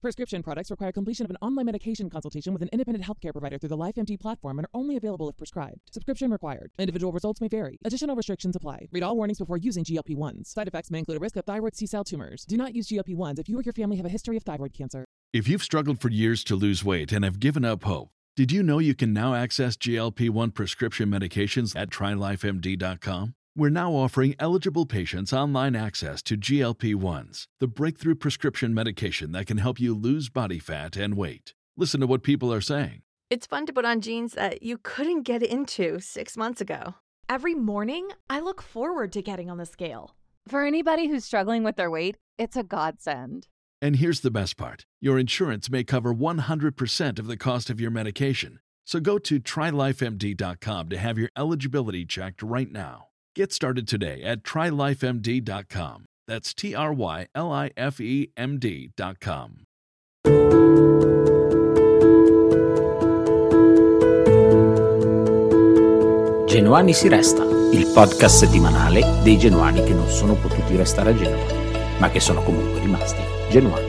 Prescription products require completion of an online medication consultation with an independent healthcare provider through the LifeMD platform and are only available if prescribed. Subscription required. Individual results may vary. Additional restrictions apply. Read all warnings before using GLP-1s. Side effects may include a risk of thyroid C-cell tumors. Do not use GLP-1s if you or your family have a history of thyroid cancer. If you've struggled for years to lose weight and have given up hope, did you know you can now access GLP-1 prescription medications at TryLifeMD.com? We're now offering eligible patients online access to GLP-1s, the breakthrough prescription medication that can help you lose body fat and weight. Listen to what people are saying. It's fun to put on jeans that you couldn't get into 6 months ago. Every morning, I look forward to getting on the scale. For anybody who's struggling with their weight, it's a godsend. And here's the best part. Your insurance may cover 100% of the cost of your medication. So go to TryLifeMD.com to have your eligibility checked right now. Get started today at TryLifeMD.com. That's TryLifeMD.com. Genuani si resta, il podcast settimanale dei genuani che non sono potuti restare a Genova, ma che sono comunque rimasti genuani.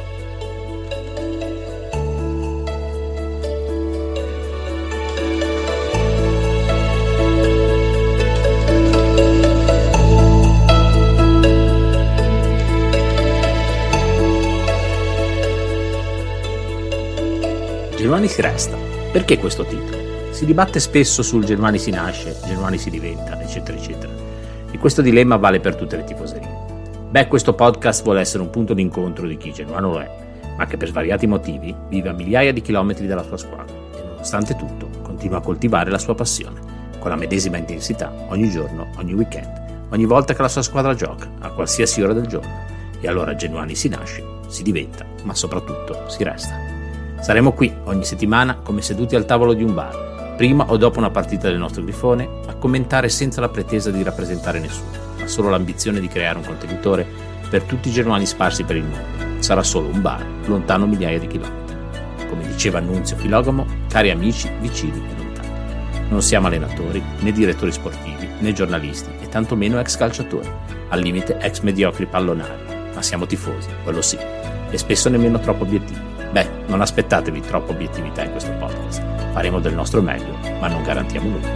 Genuani si resta. Perché questo titolo? Si dibatte spesso sul Genuani si nasce, Genuani si diventa, eccetera, eccetera. E questo dilemma vale per tutte le tifoserie. Beh, questo podcast vuole essere un punto d'incontro di chi genuano lo è, ma che per svariati motivi vive a migliaia di chilometri dalla sua squadra e nonostante tutto continua a coltivare la sua passione, con la medesima intensità, ogni giorno, ogni weekend, ogni volta che la sua squadra gioca, a qualsiasi ora del giorno. E allora Genuani si nasce, si diventa, ma soprattutto si resta. Saremo qui ogni settimana come seduti al tavolo di un bar, prima o dopo una partita del nostro grifone, a commentare senza la pretesa di rappresentare nessuno, ma solo l'ambizione di creare un contenitore per tutti i genuani sparsi per il mondo. Sarà solo un bar, lontano migliaia di chilometri. Come diceva Annunzio Filogamo, cari amici, vicini e lontani. Non siamo allenatori, né direttori sportivi, né giornalisti, e tantomeno ex calciatori, al limite ex mediocri pallonari, ma siamo tifosi, quello sì, e spesso nemmeno troppo obiettivi. Beh, non aspettatevi troppa obiettività in questo podcast. Faremo del nostro meglio, ma non garantiamo nulla.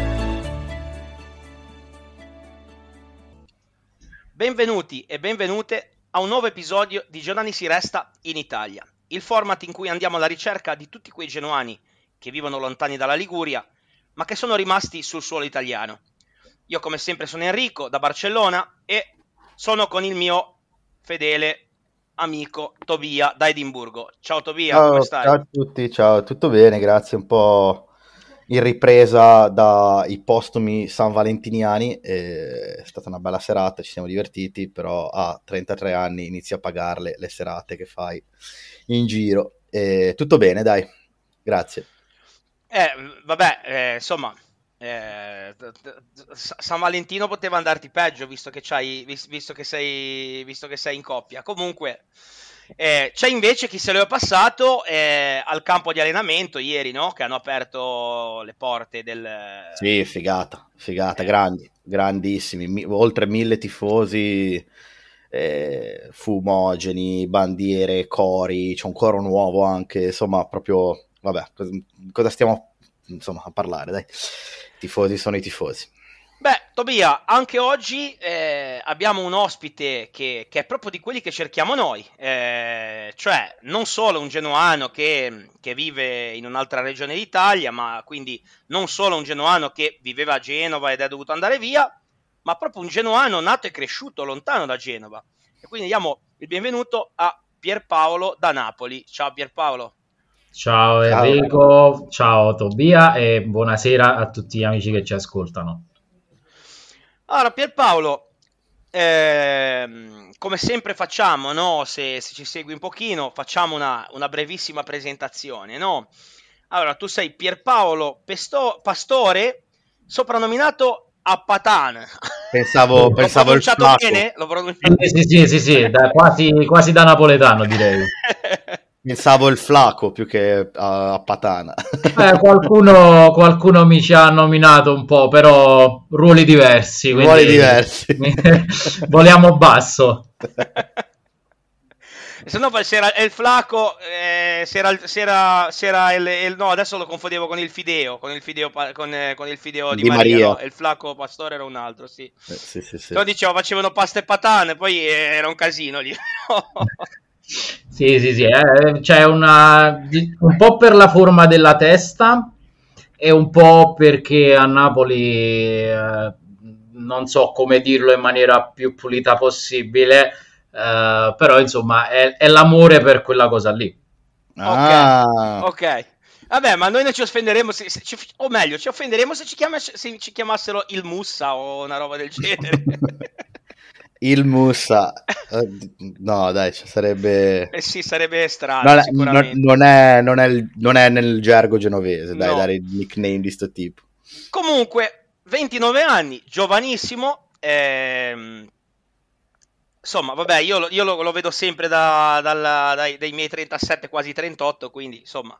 Benvenuti e benvenute a un nuovo episodio di Genuani si resta in Italia, il format in cui andiamo alla ricerca di tutti quei genuani che vivono lontani dalla Liguria, ma che sono rimasti sul suolo italiano. Io come sempre sono Enrico da Barcellona e sono con il mio fedele amico Tobia da Edimburgo. Ciao Tobia, come stai? Ciao a tutti, ciao, tutto bene, grazie. Un po' in ripresa dai postumi San Valentiniani, è stata una bella serata, ci siamo divertiti, però a 33 anni inizi a pagarle le serate che fai in giro. Tutto bene, dai, grazie. Insomma, San Valentino poteva andarti peggio, visto che sei in coppia. Comunque c'è invece chi se lo è passato al campo di allenamento ieri, no? Che hanno aperto le porte del... Sì, figata, grandissimi, oltre 1000 tifosi, fumogeni, bandiere, cori, c'è un coro nuovo anche, insomma, proprio, vabbè, cosa stiamo a parlare, dai. Tifosi sono i tifosi. Beh, Tobia, anche oggi abbiamo un ospite che è proprio di quelli che cerchiamo noi, cioè non solo un genuano che vive in un'altra regione d'Italia, ma quindi non solo un genuano che viveva a Genova ed è dovuto andare via, ma proprio un genuano nato e cresciuto lontano da Genova. E quindi diamo il benvenuto a Pierpaolo da Napoli. Ciao Pierpaolo. Ciao Enrico, ciao Tobia e buonasera a tutti gli amici che ci ascoltano. Allora Pierpaolo, come sempre facciamo, no? Se ci segui un pochino, facciamo una brevissima presentazione, no? Allora, tu sei Pierpaolo Pastore, soprannominato Apatan. Pensavo il flaco. Bene? L'ho pronunciato bene? Sì, quasi da napoletano direi. Pensavo il flaco più che a Patana. Qualcuno mi ci ha nominato un po', però ruoli diversi. Voliamo basso. Se no c'era il Flaco, c'era no, adesso lo confondevo con il Fideo, con il Fideo di Maria, no, il Flaco Pastore era un altro, sì. Sì. Lo dicevo, facevano pasta e patane, poi era un casino lì. Sì, c'è un po' per la forma della testa e un po' perché a Napoli, non so come dirlo in maniera più pulita possibile, però insomma è l'amore per quella cosa lì. Ok. Vabbè, ma noi non ci offenderemo, o meglio, ci offenderemo se ci chiamassero il Mussa o una roba del genere. Il Mussa, no dai, sarebbe... Sì, sarebbe strano, sicuramente. Non è nel gergo genovese, dai, No. dare il nickname di sto tipo. Comunque, 29 anni, giovanissimo, insomma, vabbè, io lo vedo sempre dai miei 37, quasi 38, quindi, insomma,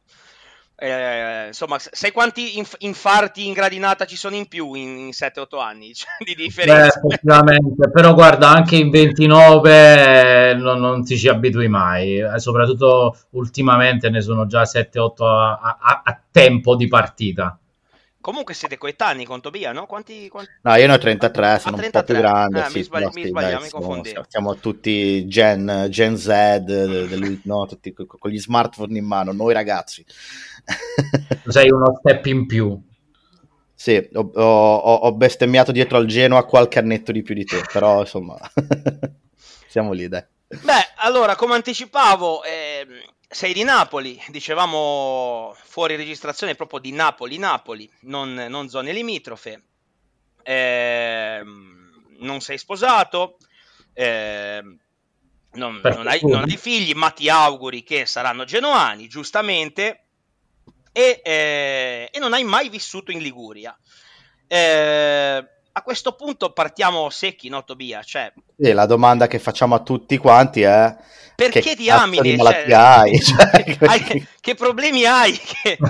sai quanti infarti in gradinata ci sono in più in 7-8 anni, cioè, di differenza? Effettivamente, però guarda, anche in 29 non ti ci abitui mai, soprattutto ultimamente ne sono già 7-8 a tempo di partita. Comunque siete coetanei con Tobia, no? No, io ne ho 33, sono 33. un po' più grande. Mi sbagliavo, mi confondevo. Siamo tutti Gen Z, no, tutti con gli smartphone in mano, noi ragazzi. Tu sei uno step in più. Sì, ho bestemmiato dietro al Genoa qualche annetto di più di te, però insomma, siamo lì, dai. Beh, allora, come anticipavo, sei di Napoli, dicevamo fuori registrazione proprio di Napoli, non zone limitrofe, non sei sposato, non hai figli, ma ti auguri che saranno genoani, giustamente, e non hai mai vissuto in Liguria. A questo punto partiamo secchi, no, Tobia? Cioè, la domanda che facciamo a tutti quanti è: perché diamine? Che malattia hai? Che problemi hai?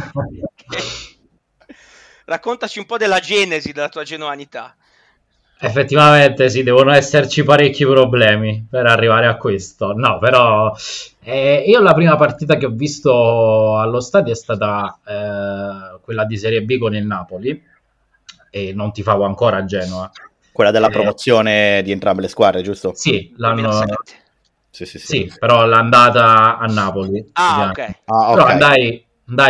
Raccontaci un po' della genesi della tua genuanità. Effettivamente sì, devono esserci parecchi problemi per arrivare a questo. No, però io la prima partita che ho visto allo stadio è stata quella di Serie B con il Napoli, e non tifavo ancora a Genoa. Quella della promozione di entrambe le squadre, giusto? Sì, l'anno... 2007. Sì, però l'andata a Napoli. Ok. Però andai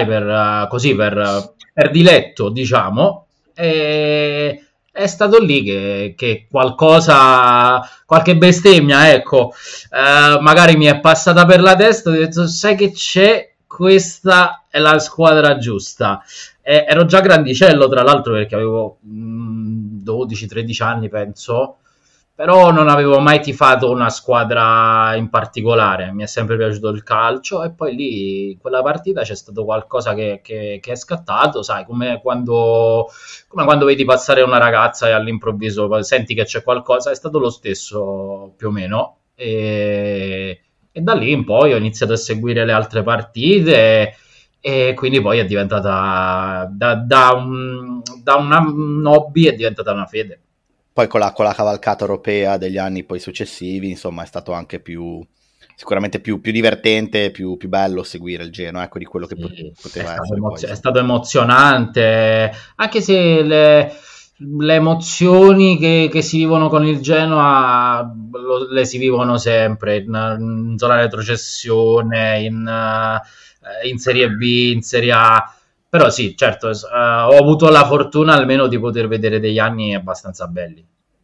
per diletto, diciamo, e è stato lì che qualche bestemmia, ecco, magari mi è passata per la testa, ho detto, sai che c'è? Questa è la squadra giusta. Ero già grandicello, tra l'altro, perché avevo 12-13 anni, penso, però non avevo mai tifato una squadra in particolare, mi è sempre piaciuto il calcio, e poi lì in quella partita c'è stato qualcosa che è scattato, sai, come quando vedi passare una ragazza e all'improvviso senti che c'è qualcosa. È stato lo stesso più o meno, e da lì in poi ho iniziato a seguire le altre partite, e quindi poi è diventata da un hobby è diventata una fede. Poi con la cavalcata europea degli anni poi successivi, insomma, è stato anche sicuramente più divertente, più bello seguire il Genoa, ecco, di quello che poteva essere. È stato emozionante, anche se le emozioni che si vivono con il Genoa le si vivono sempre in zona retrocessione, in Serie B, in Serie A. Però sì, certo, ho avuto la fortuna almeno di poter vedere degli anni abbastanza belli.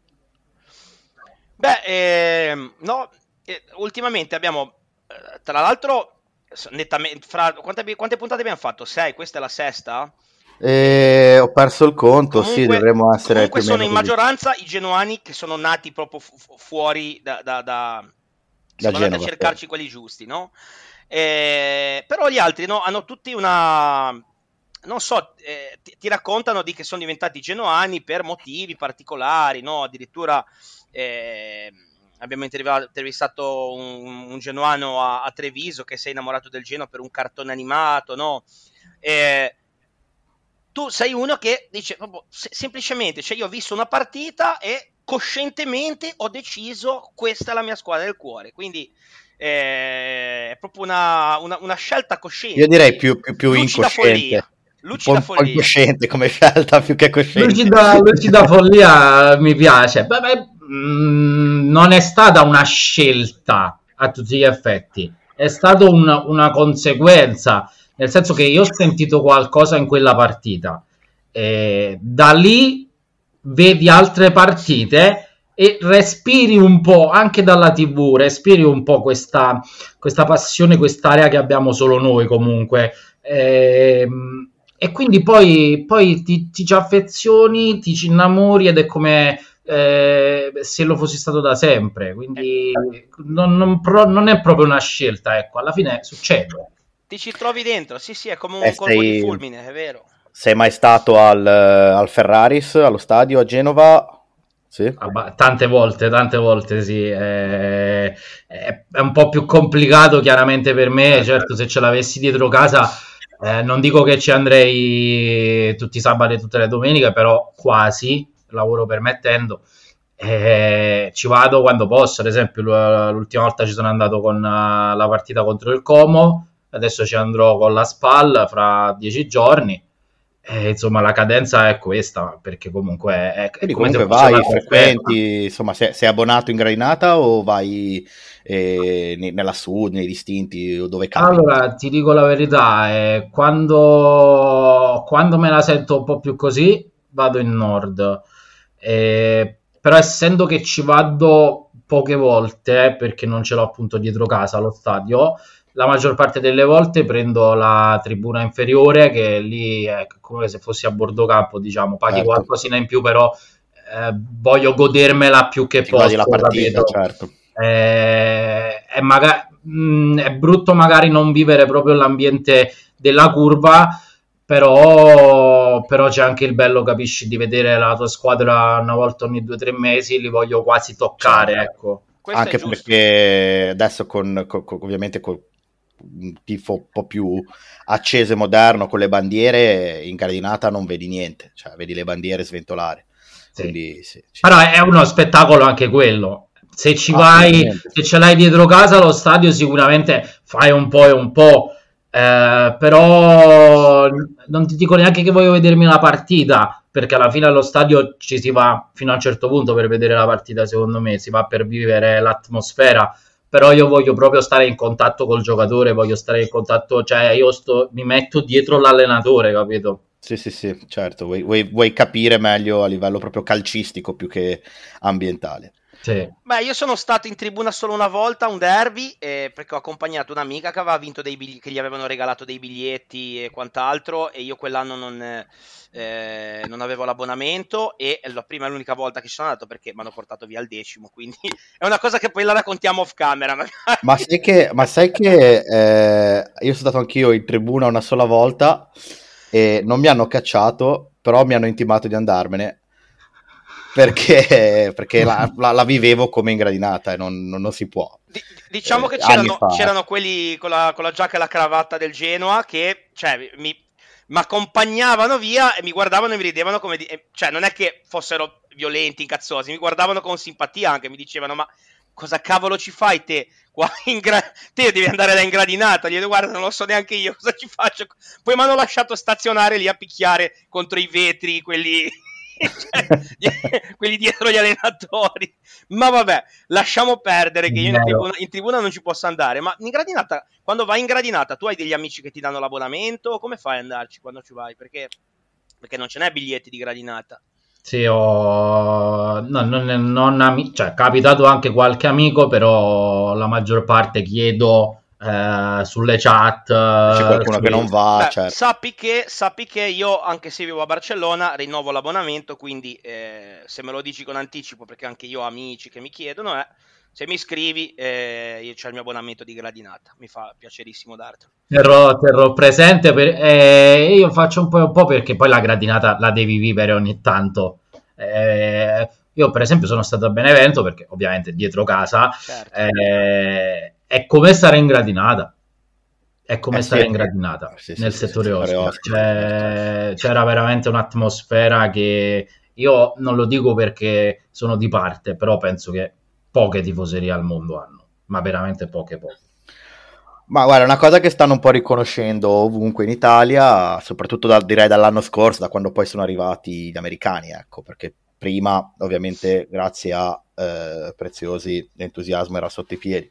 Beh, no, ultimamente abbiamo, tra l'altro, nettamente, quante puntate abbiamo fatto? 6, questa è la sesta? Ho perso il conto, comunque, sì, dovremmo essere comunque più o meno sono in così. maggioranza i genuani che sono nati proprio fuori sono andati a cercarci quelli giusti, no? Però gli altri, no, hanno tutti una... non so, ti raccontano di che sono diventati genuani per motivi particolari, no? Addirittura abbiamo intervistato un genuano a Treviso che si è innamorato del Genoa per un cartone animato, no? Tu sei uno che dice semplicemente, cioè io ho visto una partita e coscientemente ho deciso questa è la mia squadra del cuore, quindi è proprio una scelta cosciente. Io direi più lucida incosciente. Lucida un po' incosciente come scelta più che cosciente. Lucida follia mi piace. Non è stata una scelta a tutti gli effetti, è stata una conseguenza, nel senso che io ho sentito qualcosa in quella partita, da lì vedi altre partite e respiri un po', anche dalla TV, respiri un po' questa passione, quest'area che abbiamo solo noi comunque, e quindi poi ti ci affezioni, ti ci innamori ed è come se lo fossi stato da sempre, quindi non è proprio una scelta, ecco, alla fine succede. Ti ci trovi dentro, sì, è come un colpo di fulmine, è vero. Sei mai stato al Ferraris, allo stadio a Genova? Sì. Tante volte sì, è un po' più complicato chiaramente per me, certo se ce l'avessi dietro casa non dico che ci andrei tutti i sabati e tutte le domeniche, però quasi, lavoro permettendo, ci vado quando posso. Ad esempio l'ultima volta ci sono andato con la partita contro il Como, adesso ci andrò con la SPAL fra 10 giorni. Insomma la cadenza è questa, perché comunque è come comunque vai frequenti, insomma sei abbonato in gradinata o vai nella sud, nei distinti o dove capita? Allora ti dico la verità, quando me la sento un po' più così vado in nord, però essendo che ci vado poche volte perché non ce l'ho appunto dietro casa allo stadio, la maggior parte delle volte prendo la tribuna inferiore, che lì è come se fossi a bordo campo, diciamo, paghi qualcosina in più, però voglio godermela più che posso. La partita, certo. È brutto magari non vivere proprio l'ambiente della curva, però c'è anche il bello, capisci, di vedere la tua squadra una volta ogni 2 o 3 mesi, li voglio quasi toccare, ecco. Questo anche perché adesso ovviamente con un tifo un po' più acceso e moderno con le bandiere, in gradinata non vedi niente, cioè vedi le bandiere sventolare. Sì. Quindi, sì. Però è uno spettacolo anche quello. Se ci vai, se ce l'hai dietro casa allo stadio, sicuramente fai un po' e un po'. Però non ti dico neanche che voglio vedermi la partita, perché alla fine allo stadio ci si va fino a un certo punto per vedere la partita, secondo me si va per vivere l'atmosfera, però io voglio proprio stare in contatto col giocatore, voglio stare in contatto, cioè mi metto dietro l'allenatore, capito? Sì, certo, vuoi capire meglio a livello proprio calcistico più che ambientale. Sì. Beh, io sono stato in tribuna solo una volta, un derby, perché ho accompagnato un'amica che aveva vinto dei biglietti, che gli avevano regalato dei biglietti e quant'altro, e io quell'anno non avevo l'abbonamento, e la prima e l'unica volta che ci sono andato perché mi hanno portato via al 10°, quindi è una cosa che poi la raccontiamo off camera. Ma sai che io sono stato anch'io in tribuna una sola volta e non mi hanno cacciato, però mi hanno intimato di andarmene. Perché la vivevo come in gradinata e non si può. Diciamo che c'erano quelli con la giacca e la cravatta del Genoa che mi accompagnavano via e mi guardavano e mi ridevano come cioè non è che fossero violenti, incazzosi, mi guardavano con simpatia, anche mi dicevano: ma cosa cavolo ci fai te qua te devi andare da in gradinata? Gli dico: guarda, non lo so neanche io cosa ci faccio. Poi mi hanno lasciato stazionare lì a picchiare contro i vetri quelli quelli dietro gli allenatori. Ma vabbè, lasciamo perdere, che io in tribuna non ci posso andare. Ma in gradinata, quando vai in gradinata, tu hai degli amici che ti danno l'abbonamento? Come fai ad andarci quando ci vai? Perché non ce n'è biglietti di gradinata. Sì, cioè, è capitato anche qualche amico, però la maggior parte chiedo sulle chat. C'è qualcuno che non va. Beh, certo. sappi che io, anche se vivo a Barcellona, rinnovo l'abbonamento, quindi se me lo dici con anticipo, perché anche io ho amici che mi chiedono, se mi iscrivi, io c'ho il mio abbonamento di gradinata, mi fa piacerissimo dartelo. Terrò presente, io faccio un po' perché poi la gradinata la devi vivere ogni tanto. Io per esempio sono stato a Benevento, perché ovviamente dietro casa, certo. È come stare in gradinata, in gradinata nel settore ospite. C'era veramente un'atmosfera che io non lo dico perché sono di parte, però penso che poche tifoserie al mondo hanno. ma veramente poche. Ma guarda, una cosa che stanno un po' riconoscendo ovunque in Italia, soprattutto direi dall'anno scorso, da quando poi sono arrivati gli americani, ecco, perché prima ovviamente grazie a Preziosi l'entusiasmo era sotto i piedi.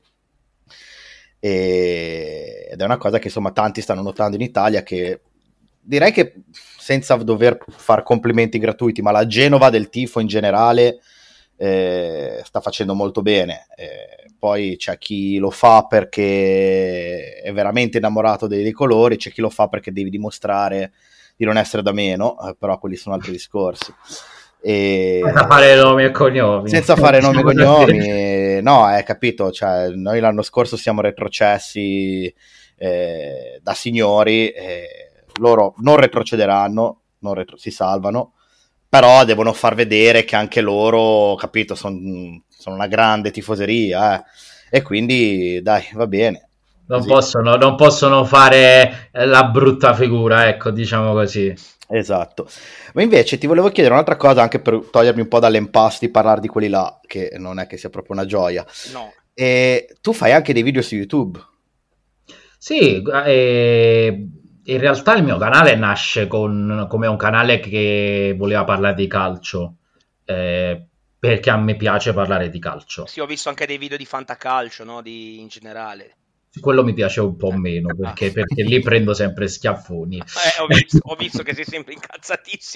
Ed è una cosa che insomma tanti stanno notando in Italia, che direi che senza dover far complimenti gratuiti, ma la Genova del tifo in generale sta facendo molto bene. Poi c'è chi lo fa perché è veramente innamorato dei colori, c'è chi lo fa perché devi dimostrare di non essere da meno, però quelli sono altri discorsi. Senza fare nomi e cognomi. Senza fare nomi e cognomi, no, capito, cioè, noi l'anno scorso siamo retrocessi da signori, loro non retrocederanno, si salvano, però devono far vedere che anche loro, capito, sono una grande tifoseria, e quindi dai, va bene. Non possono fare la brutta figura, ecco, diciamo così. Esatto. Ma invece ti volevo chiedere un'altra cosa, anche per togliermi un po' dall'impasse di parlare di quelli là, che non è che sia proprio una gioia. No. Tu fai anche dei video su YouTube? Sì, in realtà il mio canale nasce come un canale che voleva parlare di calcio, perché a me piace parlare di calcio. Sì, ho visto anche dei video di Fantacalcio, no? In generale. Quello mi piace un po' meno, perché lì prendo sempre schiaffoni. Ho visto che sei sempre incazzatissimo.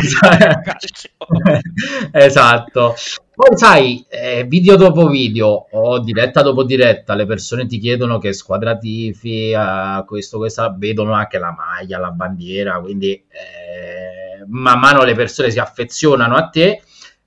Esatto. Poi sai, video dopo video o diretta dopo diretta, le persone ti chiedono che squadra tifi, questa, vedono anche la maglia, la bandiera, quindi man mano le persone si affezionano a te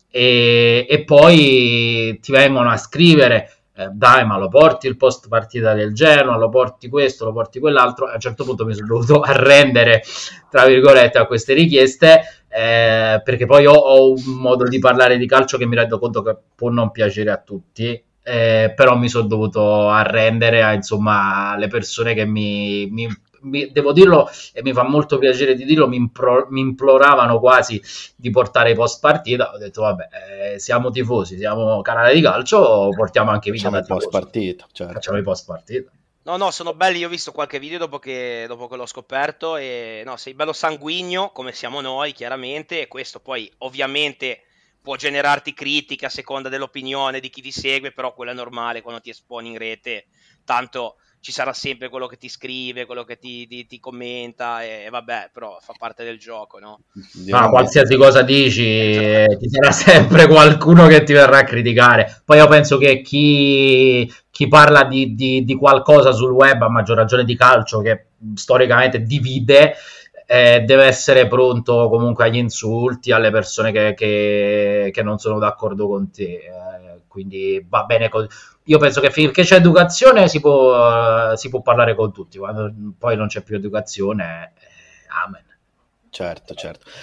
e poi ti vengono a scrivere: dai, ma lo porti il post partita del Genoa, lo porti questo, lo porti quell'altro. A un certo punto mi sono dovuto arrendere, tra virgolette, a queste richieste, perché poi ho un modo di parlare di calcio che mi rendo conto che può non piacere a tutti, però mi sono dovuto arrendere a, insomma, le persone che devo dirlo, e mi fa molto piacere di dirlo, mi imploravano quasi di portare i post partita. Ho detto vabbè, siamo tifosi, siamo canale di calcio, portiamo anche video da post partita, certo. Facciamo i post partita. No, sono belli. Io ho visto qualche video dopo che l'ho scoperto, e no, sei bello sanguigno come siamo noi, chiaramente, e questo poi ovviamente può generarti critiche a seconda dell'opinione di chi ti segue, però quello è normale quando ti esponi in rete, tanto ci sarà sempre quello che ti scrive, quello che ti commenta, e vabbè, però fa parte del gioco, no? Ma qualsiasi cosa dici, ci sarà sempre qualcuno che ti verrà a criticare. Poi io penso che chi parla di qualcosa sul web, a maggior ragione di calcio, che storicamente divide, deve essere pronto comunque agli insulti, alle persone che non sono d'accordo con te, quindi va bene così. Io penso che finché c'è educazione si può parlare con tutti, quando poi non c'è più educazione, amen. Certo.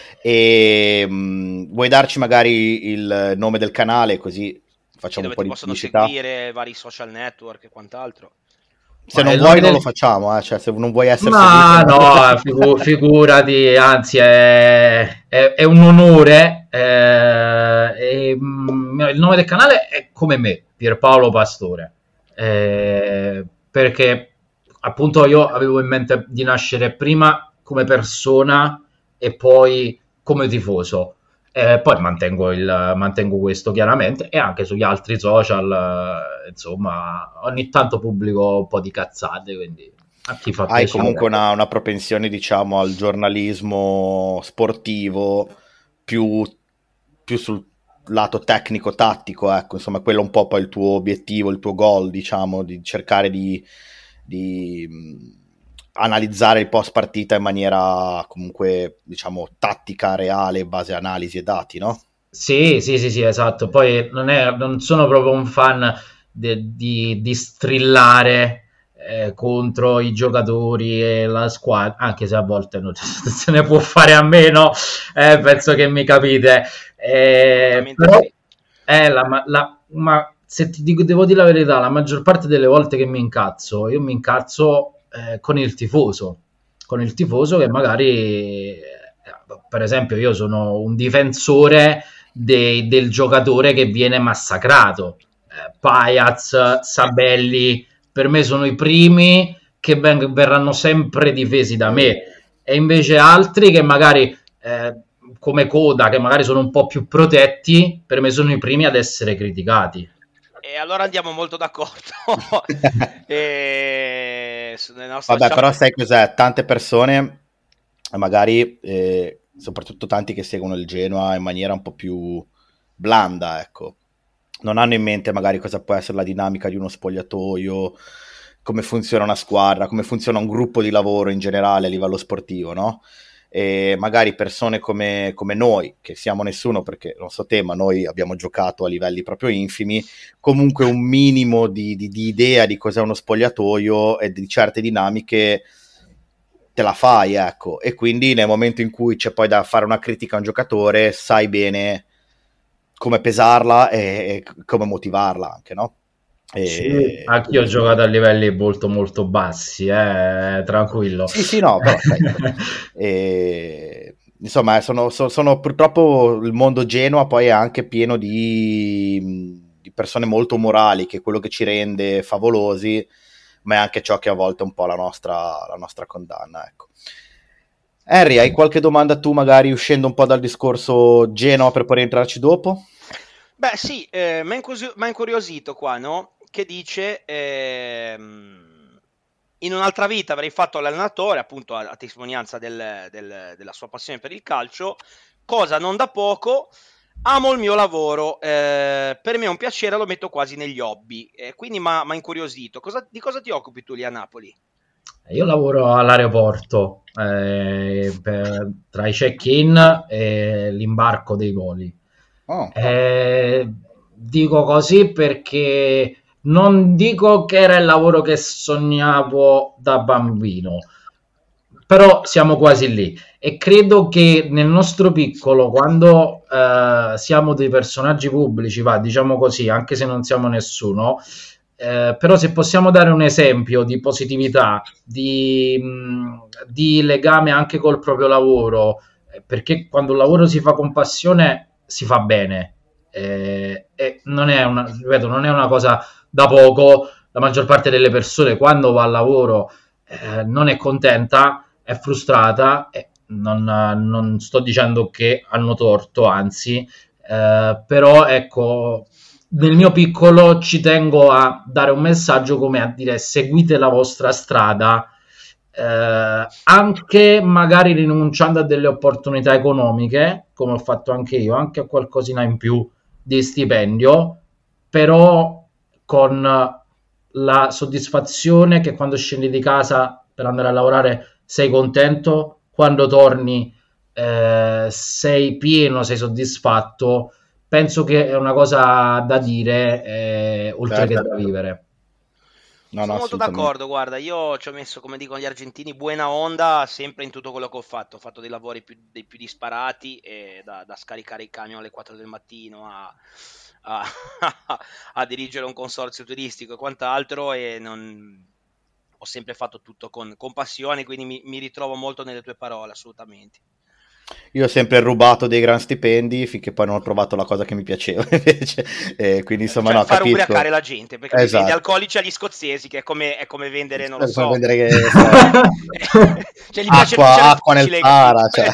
E vuoi darci magari il nome del canale, così facciamo un po' di pubblicità? Dove ti possono seguire, vari social network e quant'altro. Se non vuoi non lo facciamo, cioè se non vuoi essere seguito, no, figurati, anzi è un onore. Il nome del canale è come me, Pierpaolo Pastore, perché appunto io avevo in mente di nascere prima come persona e poi come tifoso. Poi mantengo questo chiaramente, e anche sugli altri social, insomma, ogni tanto pubblico un po' di cazzate, quindi a chi fa piacere. Hai comunque una propensione, diciamo, al giornalismo sportivo più sul lato tecnico-tattico, ecco, insomma, quello un po' poi il tuo obiettivo, il tuo goal, diciamo, di cercare di analizzare il post partita in maniera comunque, diciamo, tattica, reale, base analisi e dati, no? Sì, esatto. Poi non sono proprio un fan di strillare contro i giocatori e la squadra, anche se a volte non se ne può fare a meno, penso che mi capite. Però ma se devo dire la verità, la maggior parte delle volte che mi incazzo con il tifoso che magari, per esempio, io sono un difensore del giocatore che viene massacrato, Pajaz, Sabelli, per me sono i primi che verranno sempre difesi da me, e invece altri che magari come Coda, che magari sono un po' più protetti, per me sono i primi ad essere criticati. E allora andiamo molto d'accordo. Vabbè, però sai cos'è? Tante persone, magari, soprattutto tanti che seguono il Genoa in maniera un po' più blanda, ecco, non hanno in mente magari cosa può essere la dinamica di uno spogliatoio, come funziona una squadra, come funziona un gruppo di lavoro in generale a livello sportivo, no? E magari persone come noi, che siamo nessuno perché non so te, ma noi abbiamo giocato a livelli proprio infimi, comunque un minimo di idea di cos'è uno spogliatoio e di certe dinamiche te la fai, ecco, e quindi nel momento in cui c'è poi da fare una critica a un giocatore sai bene come pesarla e come motivarla anche, no? Sì, anch'io ho giocato a livelli molto molto bassi, tranquillo. Sì, no, però insomma, sono purtroppo il mondo Genoa poi è anche pieno di persone molto morali, che è quello che ci rende favolosi, ma è anche ciò che a volte è un po' la nostra condanna, ecco. Harry, hai qualche domanda tu, magari uscendo un po' dal discorso Genoa per poi rientrarci dopo? Beh sì, mi ha incuriosito qua, no? Che dice in un'altra vita avrei fatto l'allenatore, appunto a testimonianza della sua passione per il calcio, cosa non da poco, amo il mio lavoro, per me è un piacere, lo metto quasi negli hobby, quindi mi ha incuriosito. Di cosa ti occupi tu lì a Napoli? Io lavoro all'aeroporto, tra i check-in e l'imbarco dei voli. Oh. Dico così perché non dico che era il lavoro che sognavo da bambino, però siamo quasi lì, e credo che nel nostro piccolo, quando siamo dei personaggi pubblici, diciamo così, anche se non siamo nessuno, però se possiamo dare un esempio di positività, di legame anche col proprio lavoro, perché quando il lavoro si fa con passione si fa bene, e non è una cosa da poco. La maggior parte delle persone quando va al lavoro non è contenta, è frustrata, non sto dicendo che hanno torto, anzi, però ecco, nel mio piccolo ci tengo a dare un messaggio come a dire: seguite la vostra strada, anche magari rinunciando a delle opportunità economiche, come ho fatto anche io, anche a qualcosina in più di stipendio, però con la soddisfazione che quando scendi di casa per andare a lavorare sei contento, quando torni sei pieno, sei soddisfatto. Penso che è una cosa da dire, oltre che da vivere. Sono molto d'accordo, guarda, io ci ho messo, come dicono gli argentini, buena onda sempre in tutto quello che ho fatto dei lavori dei più disparati, da scaricare i camion alle 4 del mattino a dirigere un consorzio turistico e quant'altro, e ho sempre fatto tutto con passione, quindi mi ritrovo molto nelle tue parole, assolutamente. Io ho sempre rubato dei gran stipendi finché poi non ho trovato la cosa che mi piaceva invece, quindi insomma, cioè, no, far capisco. ubriacare la gente, perché esatto. Vendi alcolici agli scozzesi, che è come vendere, non lo so, vendere che... cioè, gli piace acqua nel Sahara, cioè.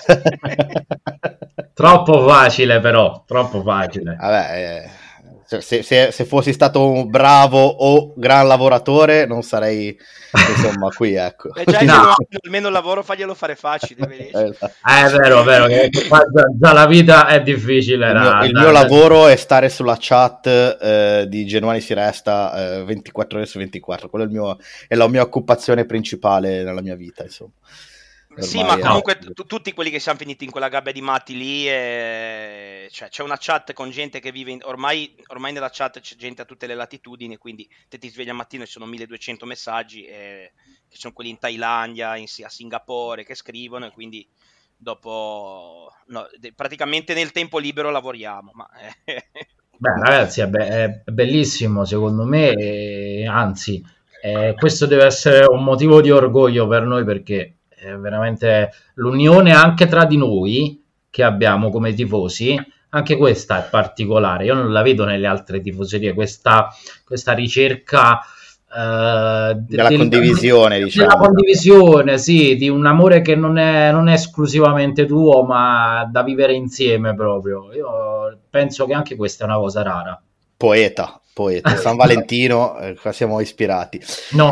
Troppo facile, però troppo facile. Vabbè, se fossi stato un bravo o gran lavoratore non sarei insomma qui, ecco. Già almeno il lavoro faglielo fare facile. È vero che già la vita è difficile. Il mio lavoro è stare sulla chat di Genuani si resta 24 ore su 24. Quello è la mia occupazione principale nella mia vita, insomma. Sì, ma comunque tutti quelli che siamo finiti in quella gabbia di matti lì, cioè, c'è una chat con gente che vive ormai nella chat c'è gente a tutte le latitudini, quindi te ti svegli al mattino e ci sono 1200 messaggi, che sono quelli in Thailandia, a Singapore, che scrivono, e quindi dopo praticamente nel tempo libero lavoriamo. Beh, ragazzi, è bellissimo secondo me, e anzi questo deve essere un motivo di orgoglio per noi, perché veramente l'unione anche tra di noi che abbiamo come tifosi Anche questa è particolare, io non la vedo nelle altre tifoserie, questa ricerca della condivisione, diciamo. Della condivisione, sì, di un amore che non è esclusivamente tuo, ma da vivere insieme proprio. Io penso che anche questa è una cosa rara. Poeta, San Valentino, qua siamo ispirati. No,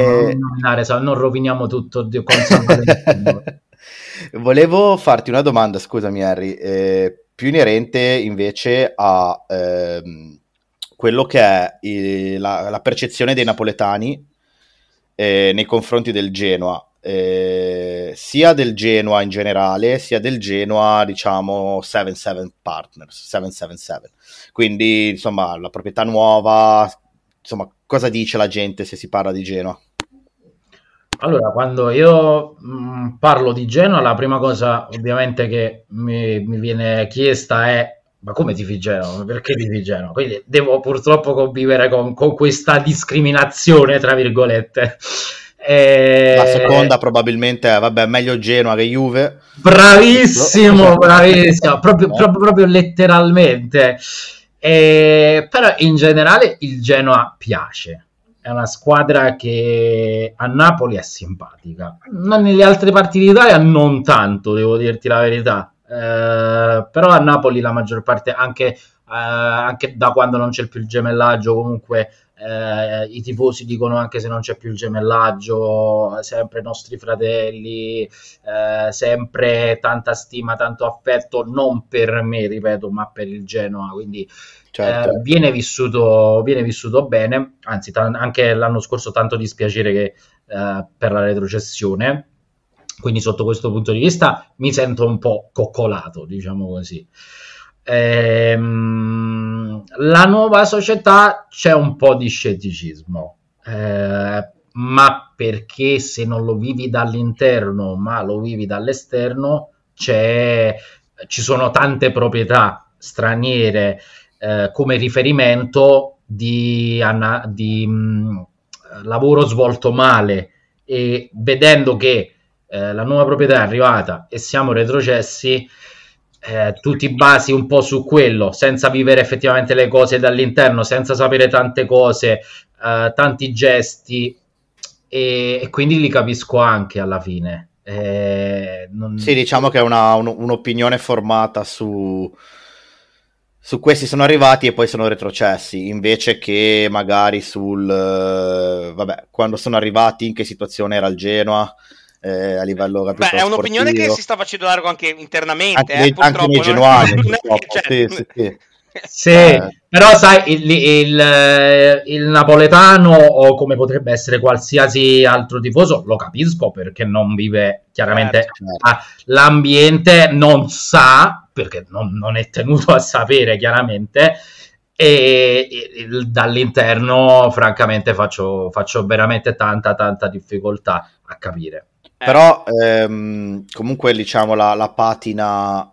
non roviniamo tutto con San Valentino. Volevo farti una domanda, scusami Harry, più inerente invece a quello che è la percezione dei napoletani nei confronti del Genoa, sia del Genoa in generale, sia del Genoa, diciamo, 77 Partners, 777. Quindi, insomma, la proprietà nuova, insomma, cosa dice la gente se si parla di Genoa? Allora, quando io parlo di Genoa, la prima cosa ovviamente che mi viene chiesta è: ma come tifi Genoa? Perché tifi Genoa? Quindi devo purtroppo convivere con questa discriminazione, tra virgolette. La seconda probabilmente è, vabbè, meglio Genoa che Juve. Bravissimo, proprio letteralmente. Però in generale il Genoa piace. È una squadra che a Napoli è simpatica, ma nelle altre parti d'Italia non tanto, devo dirti la verità. Però a Napoli la maggior parte, anche da quando non c'è più il gemellaggio, comunque i tifosi dicono, anche se non c'è più il gemellaggio, sempre nostri fratelli, sempre tanta stima, tanto affetto, non per me, ripeto, ma per il Genoa, quindi certo. Viene vissuto bene, anzi anche l'anno scorso tanto dispiacere che per la retrocessione, quindi sotto questo punto di vista mi sento un po' coccolato, diciamo così. La nuova società c'è un po' di scetticismo, ma perché se non lo vivi dall'interno ma lo vivi dall'esterno, ci sono tante proprietà straniere come riferimento di lavoro svolto male, e vedendo che la nuova proprietà è arrivata e siamo retrocessi, tu ti basi un po' su quello, senza vivere effettivamente le cose dall'interno, senza sapere tante cose, tanti gesti, e quindi li capisco anche alla fine. Sì, diciamo che è un'opinione formata su questi sono arrivati e poi sono retrocessi, invece che magari quando sono arrivati in che situazione era il Genoa, a livello, capito, è un'opinione che si sta facendo largo anche internamente, anche nei genuani, sì, però sai, il napoletano, o come potrebbe essere qualsiasi altro tifoso, lo capisco, perché non vive chiaramente l'ambiente, non sa, perché non è tenuto a sapere chiaramente, e dall'interno francamente faccio veramente tanta difficoltà a capire. Però comunque, diciamo, la patina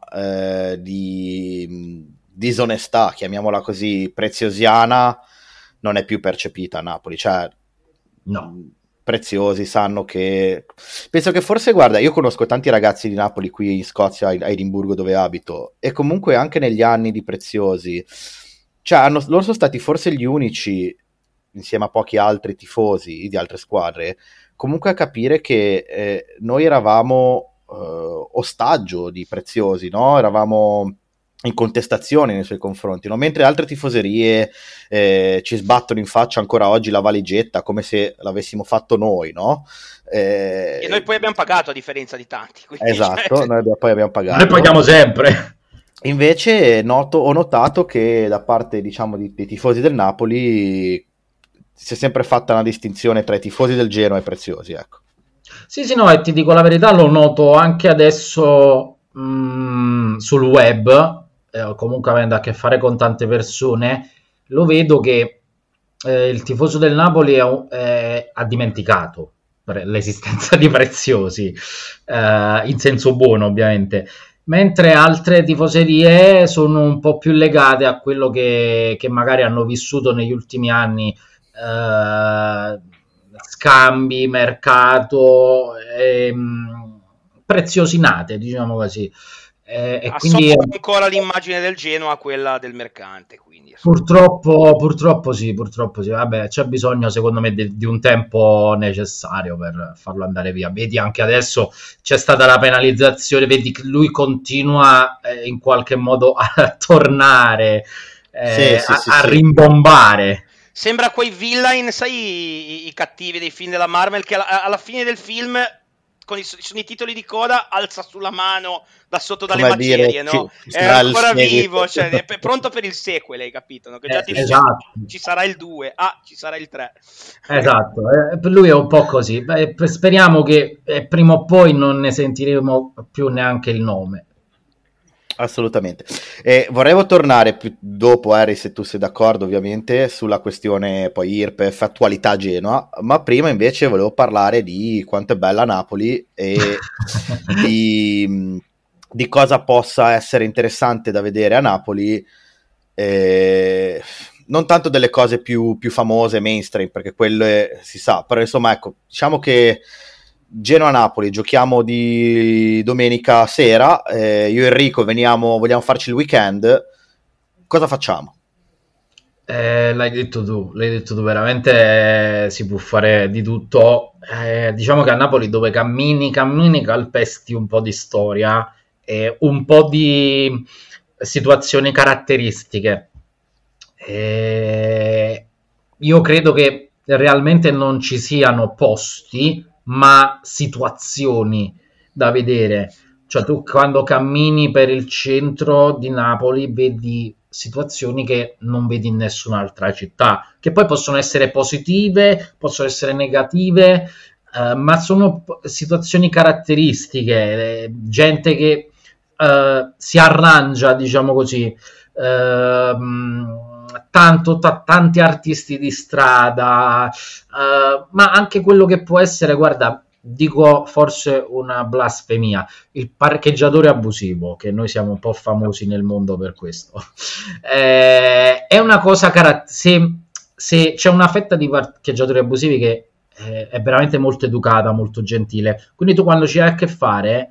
di disonestà, chiamiamola così, preziosiana, non è più percepita a Napoli. Cioè, no, Preziosi sanno che... Penso che forse, guarda, io conosco tanti ragazzi di Napoli qui in Scozia, a Edimburgo, dove abito, e comunque anche negli anni di Preziosi, cioè loro sono stati forse gli unici, insieme a pochi altri tifosi di altre squadre, comunque a capire che noi eravamo ostaggio di Preziosi, no? Eravamo in contestazione nei suoi confronti, no? Mentre altre tifoserie ci sbattono in faccia ancora oggi la valigetta come se l'avessimo fatto noi, no? E noi poi abbiamo pagato, a differenza di tanti. Quindi, esatto, noi poi abbiamo pagato. Noi paghiamo sempre. Invece ho notato che da parte, diciamo, dei tifosi del Napoli si è sempre fatta una distinzione tra i tifosi del Genoa e Preziosi, ecco. Sì, no, e ti dico la verità, lo noto anche adesso sul web, comunque avendo a che fare con tante persone, lo vedo che il tifoso del Napoli ha dimenticato l'esistenza di Preziosi, in senso buono ovviamente, mentre altre tifoserie sono un po' più legate a quello che magari hanno vissuto negli ultimi anni, scambi, mercato, preziosinate, diciamo così. E quindi Associo ancora l'immagine del Genoa a quella del mercante, quindi purtroppo sì, vabbè, c'è bisogno secondo me di un tempo necessario per farlo andare via. Vedi, anche adesso c'è stata la penalizzazione, vedi che lui continua in qualche modo a tornare, a rimbombare. Sembra quei villain, sai, i cattivi dei film della Marvel, che alla fine del film, sono i titoli di coda, alza sulla mano da sotto dalle macerie, no? È ancora vivo, cioè, è pronto per il sequel, hai capito? No? Che già ti dice, ci sarà il 2, ci sarà il 3. Esatto, per lui è un po' così. Speriamo che prima o poi non ne sentiremo più neanche il nome. Assolutamente. Vorrei tornare più dopo, Harry, se tu sei d'accordo ovviamente, sulla questione poi IRPEF, attualità Genoa, ma prima invece volevo parlare di quanto è bella Napoli e di cosa possa essere interessante da vedere a Napoli, non tanto delle cose più famose, mainstream, perché quelle si sa, però insomma ecco, diciamo che Genoa-Napoli, giochiamo di domenica sera, io e Enrico vogliamo farci il weekend, cosa facciamo? L'hai detto tu, veramente si può fare di tutto. Diciamo che a Napoli, dove cammini, calpesti un po' di storia e un po' di situazioni caratteristiche. Io credo che realmente non ci siano posti, ma situazioni da vedere. Cioè, tu quando cammini per il centro di Napoli vedi situazioni che non vedi in nessun'altra città, che poi possono essere positive, possono essere negative, ma sono situazioni caratteristiche, gente che si arrangia, diciamo così, tanti artisti di strada, ma anche quello che può essere, guarda, dico forse una blasfemia, il parcheggiatore abusivo, che noi siamo un po' famosi nel mondo per questo. È una cosa se c'è una fetta di parcheggiatori abusivi che è veramente molto educata, molto gentile, quindi tu quando ci hai a che fare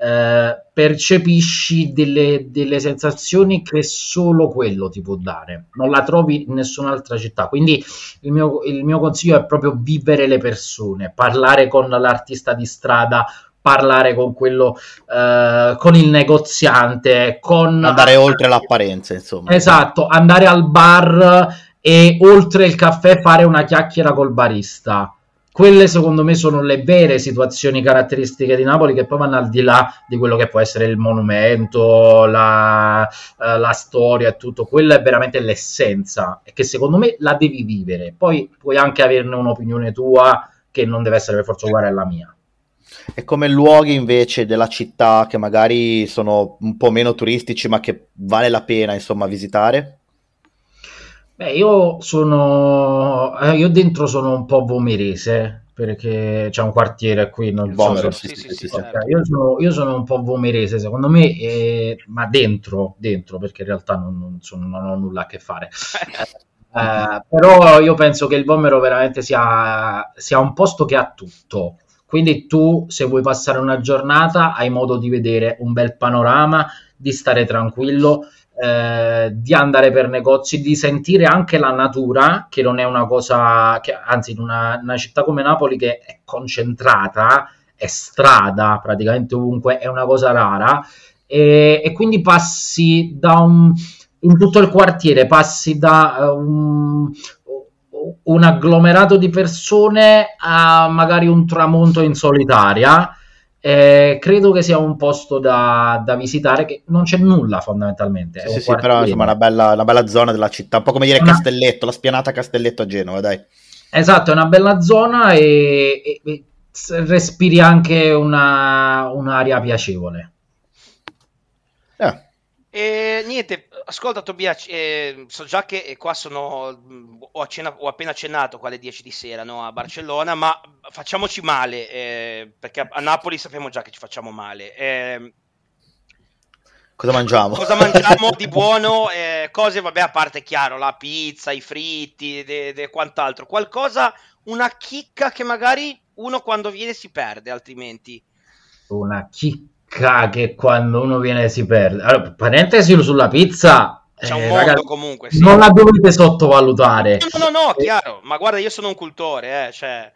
percepisci delle sensazioni che solo quello ti può dare, non la trovi in nessun'altra città. Quindi il mio consiglio è proprio vivere le persone, parlare con l'artista di strada, parlare con quello, con il negoziante, andare oltre l'apparenza, insomma. Esatto, andare al bar e oltre il caffè fare una chiacchiera col barista. Quelle secondo me sono le vere situazioni caratteristiche di Napoli, che poi vanno al di là di quello che può essere il monumento, la storia e tutto. Quella è veramente l'essenza, e che secondo me la devi vivere. Poi puoi anche averne un'opinione tua, che non deve essere per forza uguale alla mia. E come luoghi invece della città che magari sono un po' meno turistici, ma che vale la pena insomma visitare? Beh, io dentro sono un po' vomerese, perché c'è un quartiere qui, non so Vomero, se... sì. Okay, io sono un po' vomerese, secondo me, ma dentro, perché in realtà non ho nulla a che fare. Però io penso che il Vomero veramente sia un posto che ha tutto. Quindi tu, se vuoi passare una giornata, hai modo di vedere un bel panorama, di stare tranquillo, di andare per negozi, di sentire anche la natura, che non è una cosa che, anzi, in una città come Napoli, che è concentrata, è strada praticamente ovunque, è una cosa rara, e quindi passi in tutto il quartiere, passi da un agglomerato di persone a magari un tramonto in solitaria. Credo che sia un posto da visitare, che non c'è nulla fondamentalmente. Sì, però insomma una bella zona della città, un po' come dire Castelletto, la spianata Castelletto a Genova, dai. Esatto, è una bella zona e respiri anche un'aria piacevole. E niente, ascolta Tobia, so già che qua ho appena cenato qua alle 10 di sera, no, a Barcellona, ma facciamoci male, perché a Napoli sappiamo già che ci facciamo male. Cosa mangiamo? Cosa mangiamo di buono? Cose, vabbè, a parte, chiaro, la pizza, i fritti e quant'altro. Qualcosa, una chicca che magari uno quando viene si perde, altrimenti. Una chicca. che quando uno viene si perde. Allora, parentesi sulla pizza, C'è un mondo ragazzi, comunque, sì. non la dovete sottovalutare. No, chiaro, ma guarda, io sono un cultore, cioè...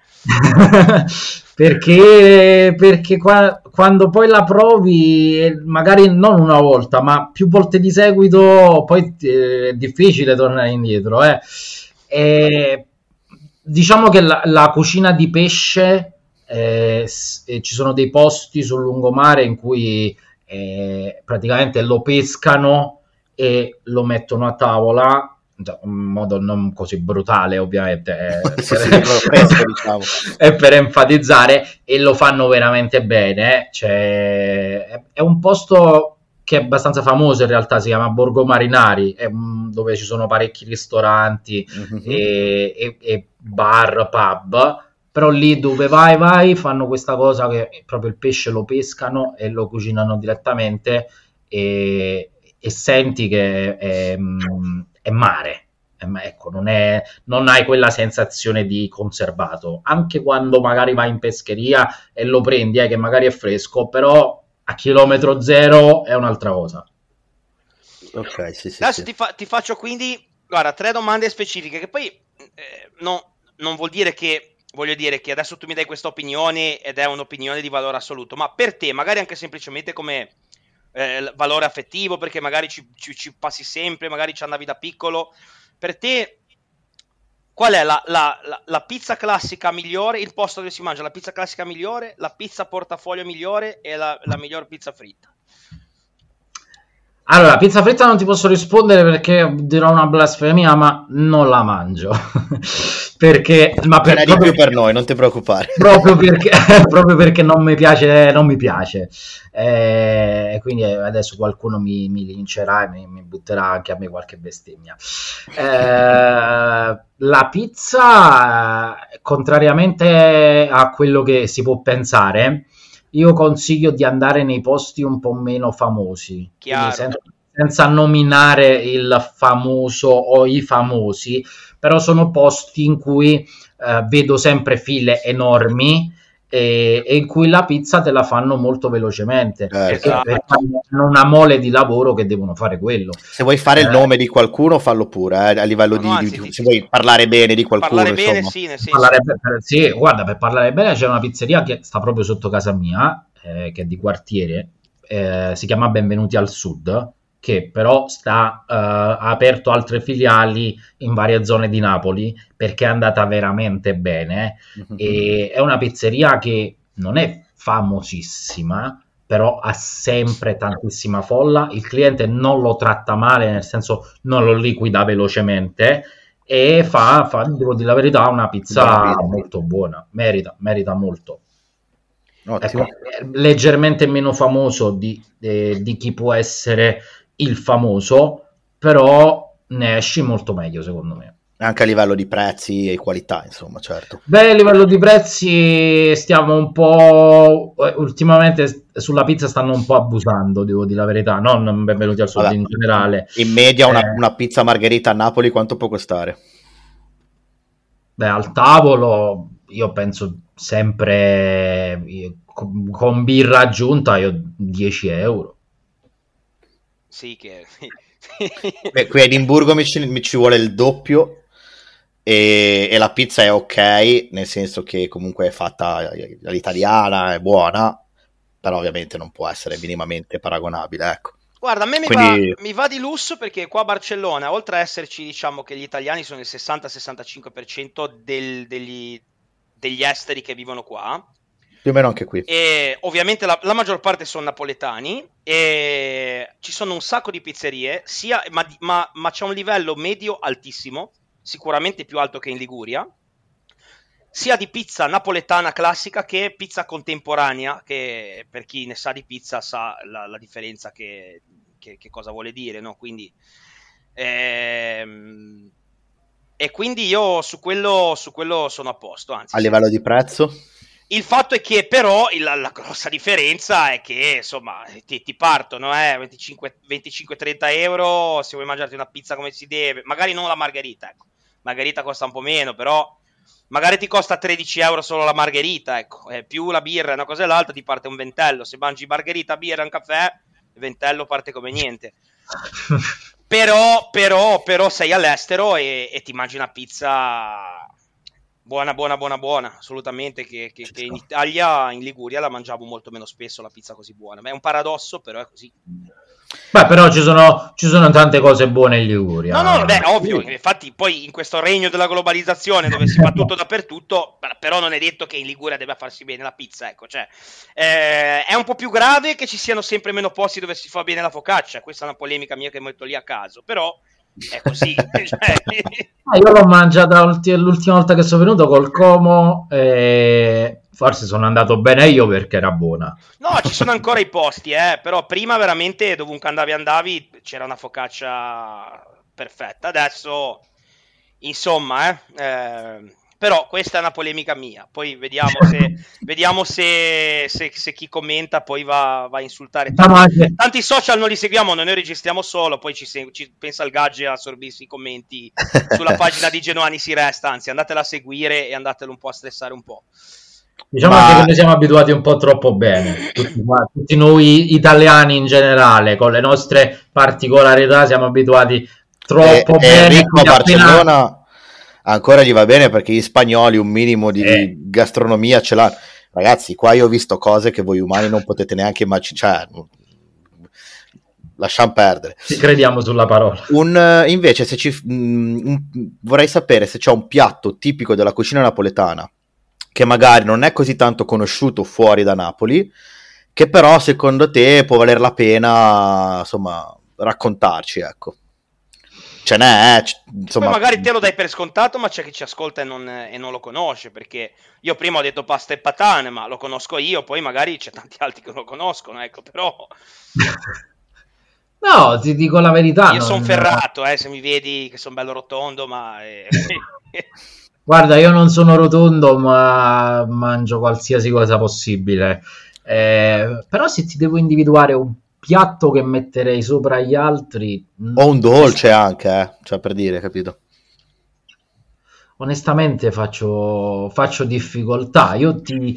perché quando poi la provi, magari non una volta, ma più volte di seguito, poi è difficile tornare indietro. E, diciamo che la cucina di pesce, ci sono dei posti sul lungomare in cui praticamente lo pescano e lo mettono a tavola in modo non così brutale, ovviamente, fresco, diciamo. è per enfatizzare, e lo fanno veramente bene. Cioè, è un posto che è abbastanza famoso in realtà, si chiama Borgo Marinari, dove ci sono parecchi ristoranti e bar, pub, però lì dove vai fanno questa cosa che proprio il pesce lo pescano e lo cucinano direttamente, e senti che è mare. Ecco, non hai quella sensazione di conservato, anche quando magari vai in pescheria e lo prendi, che magari è fresco, però a chilometro zero è un'altra cosa. Ok, sì. Adesso ti faccio quindi, guarda, 3 domande specifiche, che poi non vuol dire che, voglio dire che adesso tu mi dai questa opinione ed è un'opinione di valore assoluto, ma per te, magari anche semplicemente come valore affettivo, perché magari ci passi sempre, magari ci andavi da piccolo, per te qual è la pizza classica migliore, il posto dove si mangia la pizza classica migliore, la pizza portafoglio migliore e la miglior pizza fritta? Allora, pizza fritta non ti posso rispondere perché dirò una blasfemia, ma non la mangio. Perché, ma ce n'è di più per noi, non ti preoccupare. Proprio perché non mi piace, quindi adesso qualcuno mi lincerà e mi butterà anche a me qualche bestemmia. La pizza, contrariamente a quello che si può pensare, io consiglio di andare nei posti un po' meno famosi, senza nominare il famoso o i famosi, però sono posti in cui vedo sempre file enormi e in cui la pizza te la fanno molto velocemente, perché hanno una mole di lavoro che devono fare quello. Se vuoi fare il nome di qualcuno, fallo pure, a livello se vuoi parlare bene di qualcuno. Parlare bene, sì, nel senso. Sì, guarda, per parlare bene c'è una pizzeria che sta proprio sotto casa mia, che è di quartiere, si chiama Benvenuti al Sud, che però ha aperto altre filiali in varie zone di Napoli, perché è andata veramente bene. E è una pizzeria che non è famosissima, però ha sempre tantissima folla, il cliente non lo tratta male, nel senso non lo liquida velocemente, e fa devo dire la verità, una pizza molto buona, merita molto. Ecco, leggermente meno famoso di chi può essere il famoso, però ne esci molto meglio, secondo me. Anche a livello di prezzi e qualità, insomma, certo. Beh, a livello di prezzi stiamo un po'... ultimamente sulla pizza stanno un po' abusando, devo dire la verità, non Benvenuti al Sud in generale. In media una pizza margherita a Napoli quanto può costare? Beh, al tavolo io penso sempre con birra aggiunta 10 euro. Sì, che... Beh, qui a Edimburgo mi ci vuole il doppio. E la pizza è ok, nel senso che comunque è fatta all'italiana, è buona, però ovviamente non può essere minimamente paragonabile, ecco. Guarda, a me mi va di lusso, perché qua a Barcellona, oltre a esserci, diciamo che gli italiani sono il 60-65% degli esteri che vivono qua, più o meno anche qui, e ovviamente la maggior parte sono napoletani, e ci sono un sacco di pizzerie, ma c'è un livello medio altissimo, sicuramente più alto che in Liguria, sia di pizza napoletana classica che pizza contemporanea, che per chi ne sa di pizza sa la differenza che cosa vuole dire, no? Quindi e quindi io su quello sono a posto, anzi. A livello di prezzo? Il fatto è che però la grossa differenza è che, insomma, ti partono 25-30 euro se vuoi mangiarti una pizza come si deve, magari non la margherita, ecco. Margherita costa un po' meno, però magari ti costa 13 euro solo la margherita, ecco, più la birra, una cosa e l'altra ti parte un ventello. Se mangi margherita, birra e un caffè, il ventello parte come niente. Però sei all'estero e ti mangi una pizza buona, assolutamente, che in Italia, in Liguria, la mangiavo molto meno spesso la pizza così buona. Ma è un paradosso, però è così. Beh, però ci sono tante cose buone in Liguria. No, beh, ovvio. Infatti, poi in questo regno della globalizzazione dove si fa tutto dappertutto, però non è detto che in Liguria debba farsi bene la pizza, ecco. Cioè, è un po' più grave che ci siano sempre meno posti dove si fa bene la focaccia. Questa è una polemica mia che metto lì a caso, però è così. Cioè... Io l'ho mangiata l'ultima volta che sono venuto col Como. Forse sono andato bene io perché era buona. No, ci sono ancora i posti, però prima veramente dovunque andavi c'era una focaccia perfetta. Adesso, insomma, però questa è una polemica mia. Poi vediamo se chi commenta poi va a insultare. Tanti social non li seguiamo, noi registriamo solo, poi ci pensa il Gaggi a assorbirsi i commenti sulla pagina di Genuani si resta, anzi andatela a seguire e andatelo un po' a stressare un po'. Diciamo che noi siamo abituati un po' troppo bene, tutti noi italiani in generale, con le nostre particolarità siamo abituati troppo bene. Enrico a Barcellona ancora gli va bene perché gli spagnoli un minimo di gastronomia ce l'hanno. Ragazzi, qua io ho visto cose che voi umani non potete neanche immaginare. Lasciamo perdere. Ci crediamo sulla parola. Invece vorrei sapere se c'è un piatto tipico della cucina napoletana che magari non è così tanto conosciuto fuori da Napoli, che però secondo te può valer la pena, insomma, raccontarci, ecco. Ce n'è, insomma. Poi magari te lo dai per scontato, ma c'è chi ci ascolta e non lo conosce, perché io prima ho detto pasta e patane, ma lo conosco io, poi magari c'è tanti altri che lo conoscono, ecco, però... No, ti dico la verità. Io sono ferrato, se mi vedi che sono bello rotondo, ma... Guarda, io non sono rotondo, ma mangio qualsiasi cosa possibile. Però se ti devo individuare un piatto che metterei sopra gli altri... O un dolce anche, cioè per dire, capito? Onestamente faccio difficoltà. Io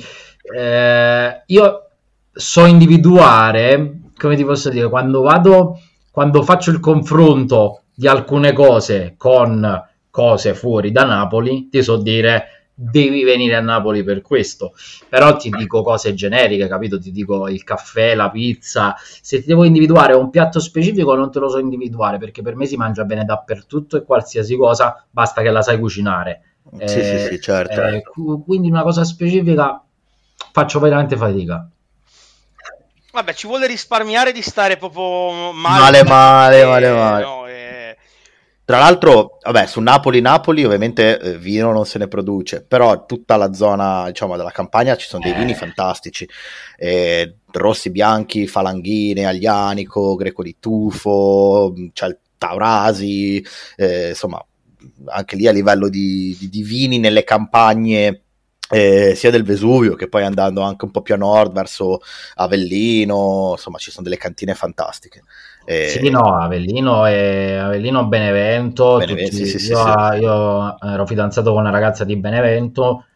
so individuare, come ti posso dire, quando faccio il confronto di alcune cose con... cose fuori da Napoli, ti so dire devi venire a Napoli per questo, però ti dico cose generiche, capito? Ti dico il caffè, la pizza. Se ti devo individuare un piatto specifico non te lo so individuare, perché per me si mangia bene dappertutto e qualsiasi cosa basta che la sai cucinare. Sì, certo. Quindi una cosa specifica faccio veramente fatica. Vabbè, ci vuole risparmiare di stare proprio male. No, Tra l'altro, vabbè, su Napoli ovviamente vino non se ne produce, però tutta la zona, diciamo, della campagna ci sono dei vini fantastici, rossi, bianchi, falanghine, aglianico, greco di tufo, c'è il Taurasi, insomma, anche lì a livello di vini nelle campagne, sia del Vesuvio che poi andando anche un po' più a nord verso Avellino, insomma ci sono delle cantine fantastiche. Sì, no, Avellino Benevento. Sì. Io ero fidanzato con una ragazza di Benevento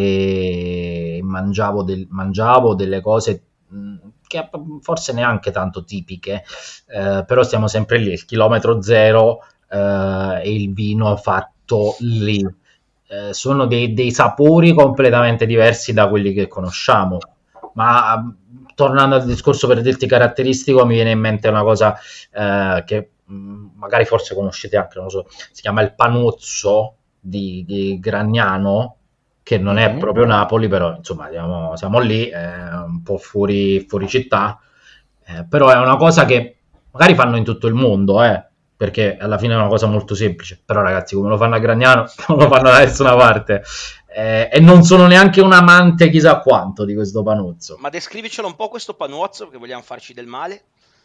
e mangiavo delle cose che forse neanche tanto tipiche, però stiamo sempre lì, il chilometro zero e il vino fatto lì. Sono dei sapori completamente diversi da quelli che conosciamo, ma tornando al discorso per dirti caratteristico, mi viene in mente una cosa che magari forse conoscete anche, non lo so, si chiama il panuzzo di Gragnano, che non è proprio Napoli, però insomma siamo lì, un po' fuori città, però è una cosa che magari fanno in tutto il mondo, perché alla fine è una cosa molto semplice, però ragazzi, come lo fanno a Gragnano non lo fanno da nessuna parte, e non sono neanche un amante chissà quanto di questo panuzzo. Ma descrivicelo un po' questo panuzzo, perché vogliamo farci del male.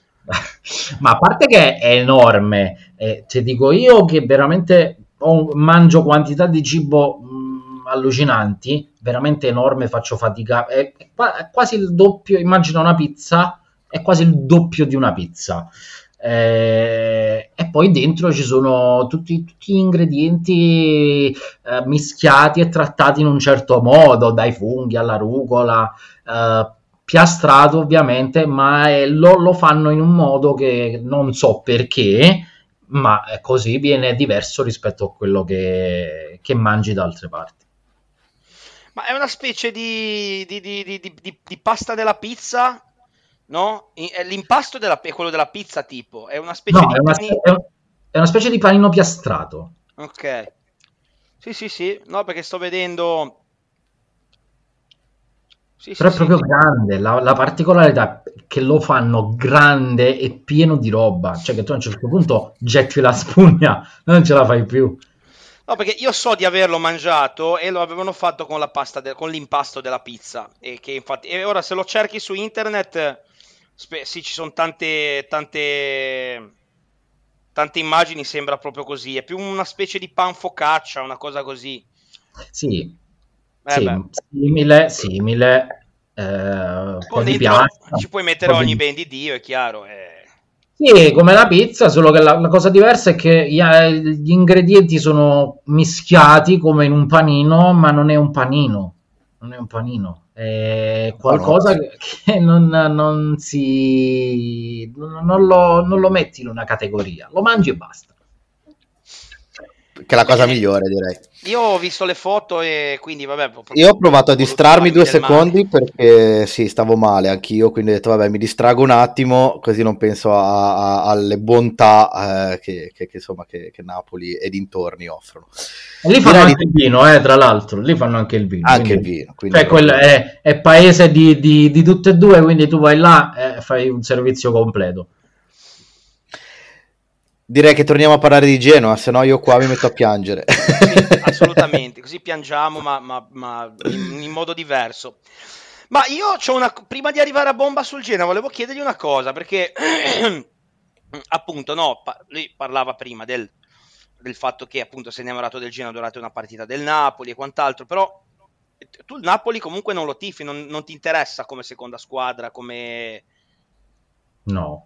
Ma a parte che è enorme, ti dico io che veramente mangio quantità di cibo allucinanti, veramente enorme, faccio fatica, è quasi il doppio, immagina una pizza, è quasi il doppio di una pizza. E poi dentro ci sono tutti gli ingredienti mischiati e trattati in un certo modo, dai funghi alla rucola, piastrato ovviamente, ma lo fanno in un modo che non so perché, ma così viene diverso rispetto a quello che mangi da altre parti. Ma è una specie di pasta della pizza, no? L'impasto è quello della pizza, tipo. È una specie No, di è una specie di panino piastrato. Ok. Sì. No, perché sto vedendo... Sì, Però è proprio grande, la particolarità è che lo fanno grande e pieno di roba, cioè che tu a un certo punto getti la spugna, non ce la fai più. No, perché io so di averlo mangiato e lo avevano fatto con la pasta con l'impasto della pizza. E che infatti, e ora se lo cerchi su internet, sì, ci sono tante immagini, sembra proprio così. È più una specie di pan focaccia, una cosa così. Sì, Beh. simile. Con di dentro pianta, ci puoi mettere poi ogni ben di Dio, è chiaro. Sì, come la pizza, solo che la cosa diversa è che gli ingredienti sono mischiati come in un panino, ma non è un panino. Non è un panino, è qualcosa che non lo metti in una categoria, lo mangi e basta. Che è la cosa migliore, direi. Io ho visto le foto e quindi vabbè. Io ho provato a distrarmi 2 secondi perché sì, stavo male anch'io, quindi ho detto vabbè, mi distrago un attimo così non penso alle bontà che Napoli e dintorni offrono. E lì fanno anche il vino, tra l'altro, lì fanno anche il vino. Anche il vino. Cioè, quello è paese di tutte e due, quindi tu vai là e fai un servizio completo. Direi che torniamo a parlare di Genoa, se no io qua mi metto a piangere. Sì, assolutamente, così piangiamo, ma in modo diverso. Ma io prima di arrivare a bomba sul Genoa, volevo chiedergli una cosa, perché appunto, no, lui parlava prima del fatto che appunto si è innamorato del Genoa durante una partita del Napoli e quant'altro, però tu il Napoli comunque non lo tifi, non ti interessa come seconda squadra, come... No.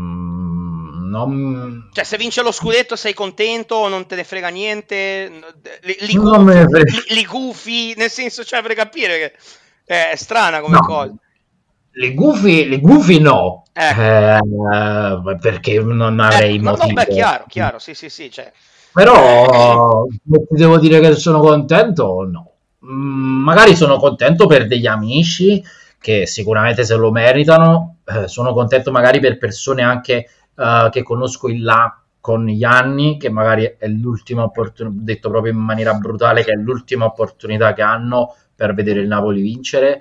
Cioè, se vince lo scudetto sei contento o non te ne frega niente? Li gufi, nel senso, cioè, per capire che è strana come cosa. Le gufi no, perché non avrei motivo. No, beh, chiaro, sì, cioè. Però devo dire che sono contento, no. Magari sono contento per degli amici che sicuramente se lo meritano, sono contento magari per persone anche che conosco in là con gli anni, che magari è l'ultima opportunità, detto proprio in maniera brutale, che è l'ultima opportunità che hanno per vedere il Napoli vincere,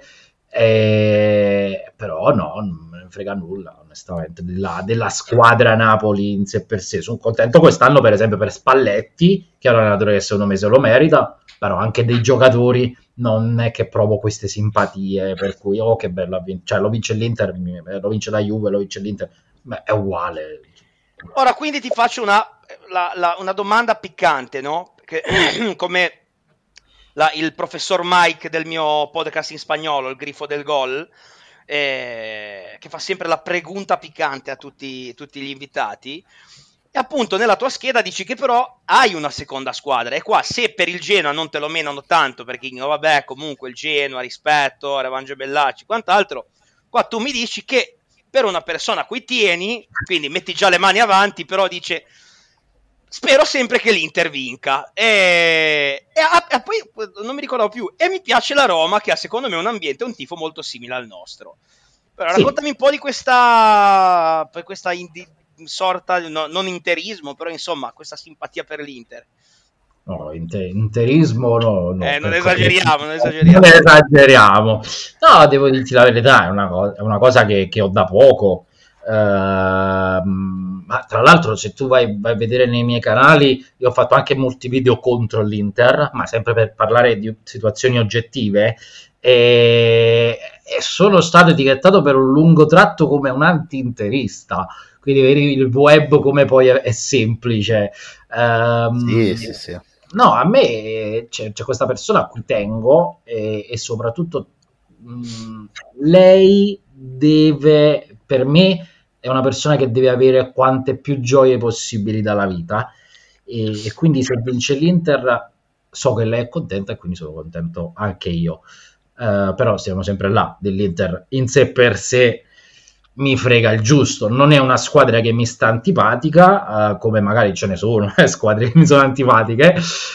però no, non me ne frega nulla onestamente della squadra Napoli in sé per sé. Sono contento quest'anno per esempio per Spalletti, che è un allenatore che secondo me se lo merita, però anche dei giocatori non è che provo queste simpatie per cui che bello, cioè lo vince l'Inter, lo vince la Juve, lo vince l'Inter, beh, è uguale. Ora quindi ti faccio una domanda piccante, no? Perché, come il professor Mike del mio podcast in spagnolo, il Grifo del Gol, che fa sempre la pregunta piccante a tutti gli invitati. E appunto nella tua scheda dici che però hai una seconda squadra, e qua se per il Genoa non te lo menano tanto perché vabbè comunque il Genoa, rispetto, Revange Bellacci, quant'altro, qua tu mi dici che per una persona a cui tieni, quindi metti già le mani avanti, però dice spero sempre che l'Inter vinca e poi non mi ricordavo più, e mi piace la Roma che ha secondo me un ambiente, un tifo molto simile al nostro. Però sì. Raccontami un po' di questa sorta, no, non interismo, però insomma questa simpatia per l'Inter. No, interismo no, non esageriamo. No, devo dirti la verità, è una cosa che ho da poco. Ma tra l'altro se tu vai a vedere nei miei canali, io ho fatto anche molti video contro l'Inter, ma sempre per parlare di situazioni oggettive, e sono stato etichettato per un lungo tratto come un anti-interista, quindi vedi il web come poi è semplice. Sì. No, a me c'è questa persona a cui tengo e soprattutto lei deve, per me, è una persona che deve avere quante più gioie possibili dalla vita, e quindi se vince l'Inter so che lei è contenta e quindi sono contento anche io. Però siamo sempre là, dell'Inter in sé per sé mi frega il giusto, non è una squadra che mi sta antipatica, come magari ce ne sono squadre che mi sono antipatiche,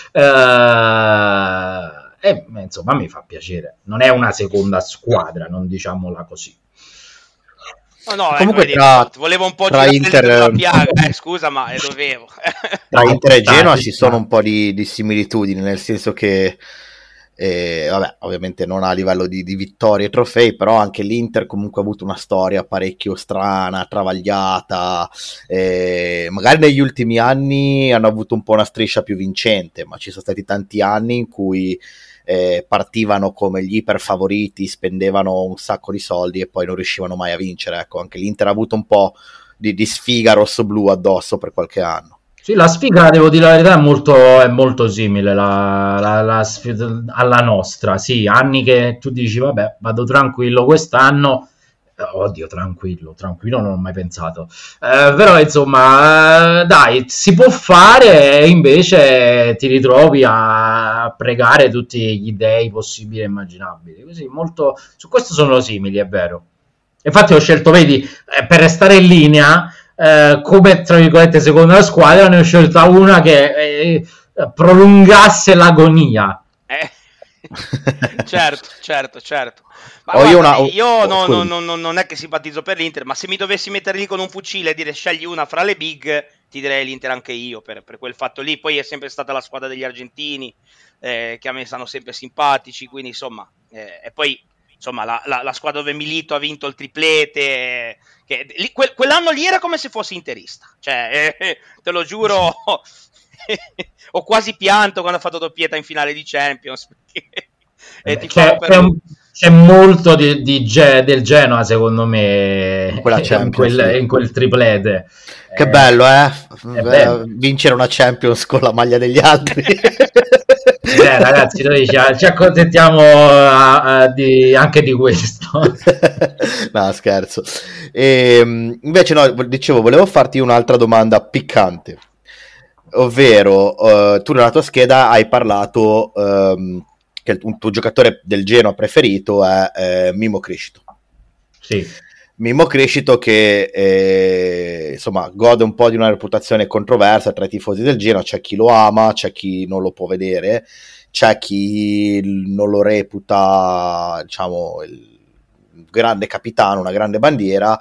e insomma mi fa piacere, non è una seconda squadra, non diciamola così. No, Comunque volevo un po' tra Inter la piaga, scusa, ma dovevo. Tra Inter e Genoa ci sono un po' di similitudini, nel senso che vabbè, ovviamente non a livello di vittorie e trofei, però anche l'Inter comunque ha avuto una storia parecchio strana, travagliata, magari negli ultimi anni hanno avuto un po' una striscia più vincente, ma ci sono stati tanti anni in cui partivano come gli iperfavoriti, spendevano un sacco di soldi e poi non riuscivano mai a vincere. Ecco, anche l'Inter ha avuto un po' di sfiga rosso-blu addosso per qualche anno. Sì, la sfiga, devo dire la verità, è molto simile la sfiga alla nostra. Sì, anni che tu dici, vabbè, vado tranquillo quest'anno. Oddio, tranquillo non ho mai pensato. Però, insomma, dai, si può fare e invece ti ritrovi a pregare tutti gli dei possibili e immaginabili. Così, molto, su questo sono simili, è vero. Infatti ho scelto, vedi, per restare in linea, come tra virgolette seconda squadra ne ho scelta una che prolungasse l'agonia. Certo. Ma io non è che simpatizzo per l'Inter, ma se mi dovessi mettere lì con un fucile e dire scegli una fra le big, ti direi l'Inter anche io per quel fatto lì. Poi è sempre stata la squadra degli argentini, che a me stanno sempre simpatici, quindi insomma, e poi insomma la squadra dove Milito ha vinto il triplete, quell'anno lì era come se fossi interista, cioè te lo giuro. Ho quasi pianto quando ha fatto doppietta in finale di Champions, c'è molto del Genoa secondo me in quel triplete. Che bello, vincere una Champions con la maglia degli altri. Ragazzi, noi ci accontentiamo anche di questo. No, scherzo. Invece no, dicevo, volevo farti un'altra domanda piccante, ovvero tu nella tua scheda hai parlato che il tuo giocatore del Genoa preferito è Mimo Criscito. Sì. Mimo Criscito che insomma gode un po' di una reputazione controversa tra i tifosi del Genoa. C'è chi lo ama, c'è chi non lo può vedere, c'è chi non lo reputa, diciamo, il grande capitano, una grande bandiera,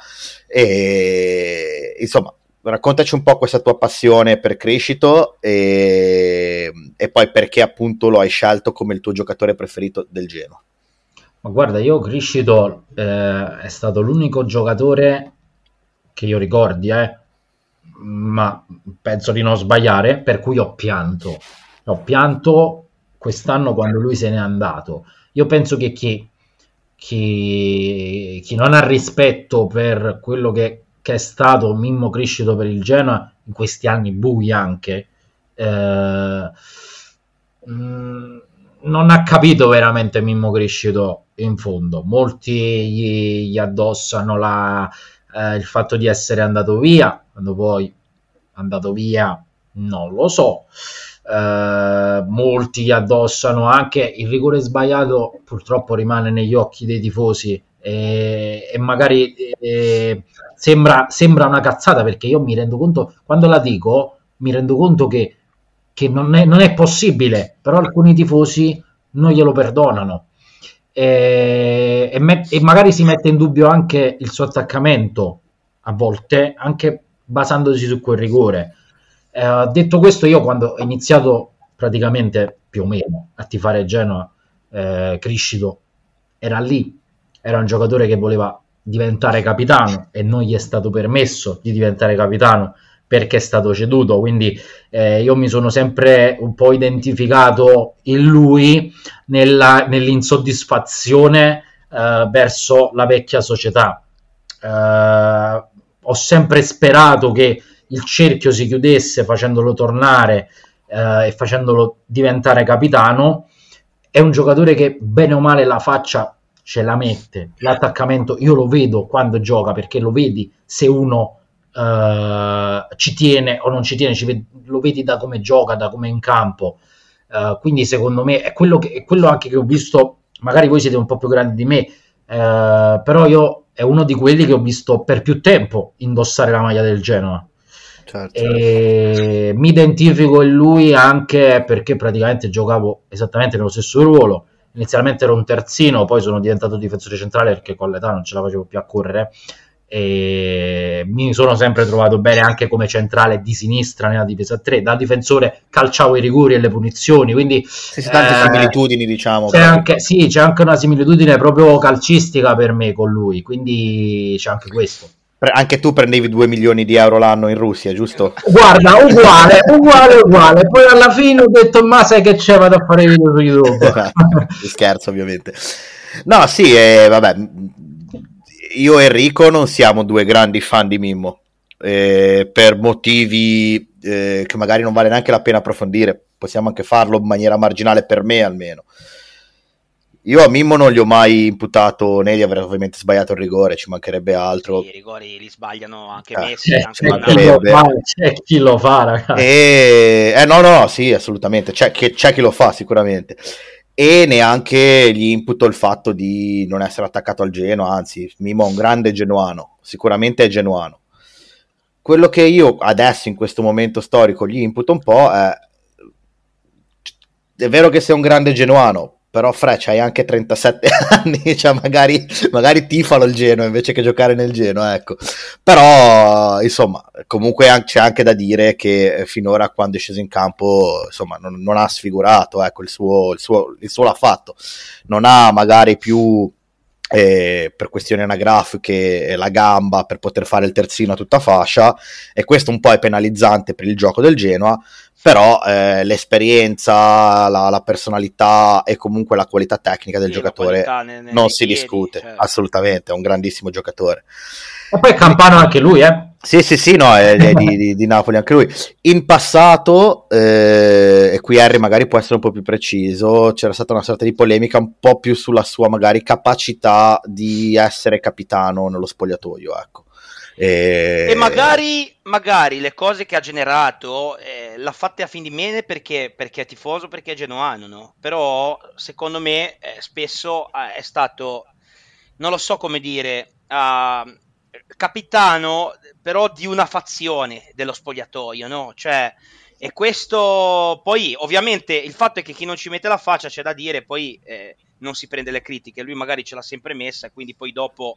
e insomma raccontaci un po' questa tua passione per Criscito e poi perché appunto lo hai scelto come il tuo giocatore preferito del Genoa. Ma guarda, io Criscito è stato l'unico giocatore che io ricordi, ma penso di non sbagliare, per cui ho pianto quest'anno quando lui se n'è andato. Io penso che chi non ha rispetto per quello che è stato Mimmo Criscito per il Genoa in questi anni bui anche, non ha capito veramente Mimmo Criscito in fondo. Molti gli addossano il fatto di essere andato via, quando poi andato via non lo so. Molti gli addossano anche il rigore sbagliato, purtroppo rimane negli occhi dei tifosi e magari sembra una cazzata, perché io mi rendo conto, quando la dico mi rendo conto che non è possibile, però alcuni tifosi non glielo perdonano e magari si mette in dubbio anche il suo attaccamento a volte, anche basandosi su quel rigore. Detto questo, io quando ho iniziato praticamente più o meno a tifare Genoa, Criscito era lì, era un giocatore che voleva diventare capitano e non gli è stato permesso di diventare capitano perché è stato ceduto, quindi io mi sono sempre un po' identificato in lui nell'insoddisfazione verso la vecchia società. Ho sempre sperato che il cerchio si chiudesse facendolo tornare e facendolo diventare capitano. È un giocatore che bene o male la faccia ce la mette, l'attaccamento io lo vedo quando gioca, perché lo vedi se uno ci tiene o non ci tiene, lo vedi da come gioca, da come è in campo. Quindi secondo me è quello anche che ho visto, magari voi siete un po' più grandi di me, però io è uno di quelli che ho visto per più tempo indossare la maglia del Genoa. Certo. E mi identifico in lui anche perché praticamente giocavo esattamente nello stesso ruolo. Inizialmente ero un terzino, poi sono diventato difensore centrale perché con l'età non ce la facevo più a correre, e mi sono sempre trovato bene anche come centrale di sinistra nella difesa a 3. Da difensore calciavo i rigori e le punizioni, quindi tante similitudini, diciamo. C'è anche una similitudine proprio calcistica per me con lui, quindi c'è anche questo. Anche tu prendevi 2 milioni di euro l'anno in Russia, giusto? Guarda, uguale. Poi alla fine ho detto, ma sai che c'è, vado a fare video su YouTube. Scherzo, ovviamente. No, sì, vabbè, io e Enrico non siamo due grandi fan di Mimmo, per motivi che magari non vale neanche la pena approfondire. Possiamo anche farlo in maniera marginale, per me almeno. Io a Mimmo non gli ho mai imputato né di aver ovviamente sbagliato il rigore, ci mancherebbe altro. Sì, i rigori li sbagliano anche Messi. C'è chi lo fa, ragazzi. No, sì, assolutamente. C'è chi lo fa sicuramente. E neanche gli imputo il fatto di non essere attaccato al Genoa, anzi, Mimmo è un grande genuano, sicuramente è genuano. Quello che io adesso in questo momento storico gli imputo un po' è vero che sei un grande genuano, però c'hai anche 37 anni, cioè magari tifalo il Genoa invece che giocare nel Genoa, ecco. Però insomma, comunque c'è anche da dire che finora, quando è sceso in campo, insomma, non ha sfigurato, ecco, il suo l'ha fatto. Non ha magari più per questioni anagrafiche la gamba per poter fare il terzino a tutta fascia, e questo un po' è penalizzante per il gioco del Genoa. Però l'esperienza, la personalità e comunque la qualità tecnica del giocatore non si discute, certo. Assolutamente, è un grandissimo giocatore. E poi è campano anche lui, Sì, no, è di Napoli anche lui. In passato, e qui Harry magari può essere un po' più preciso, c'era stata una sorta di polemica un po' più sulla sua magari capacità di essere capitano nello spogliatoio, ecco. E magari le cose che ha generato l'ha fatte a fin di bene perché è tifoso, perché è genuano, no? Però secondo me spesso è stato, non lo so come dire, capitano però di una fazione dello spogliatoio, no? Cioè, e questo poi ovviamente il fatto è che chi non ci mette la faccia, c'è da dire, poi non si prende le critiche, lui magari ce l'ha sempre messa e quindi poi dopo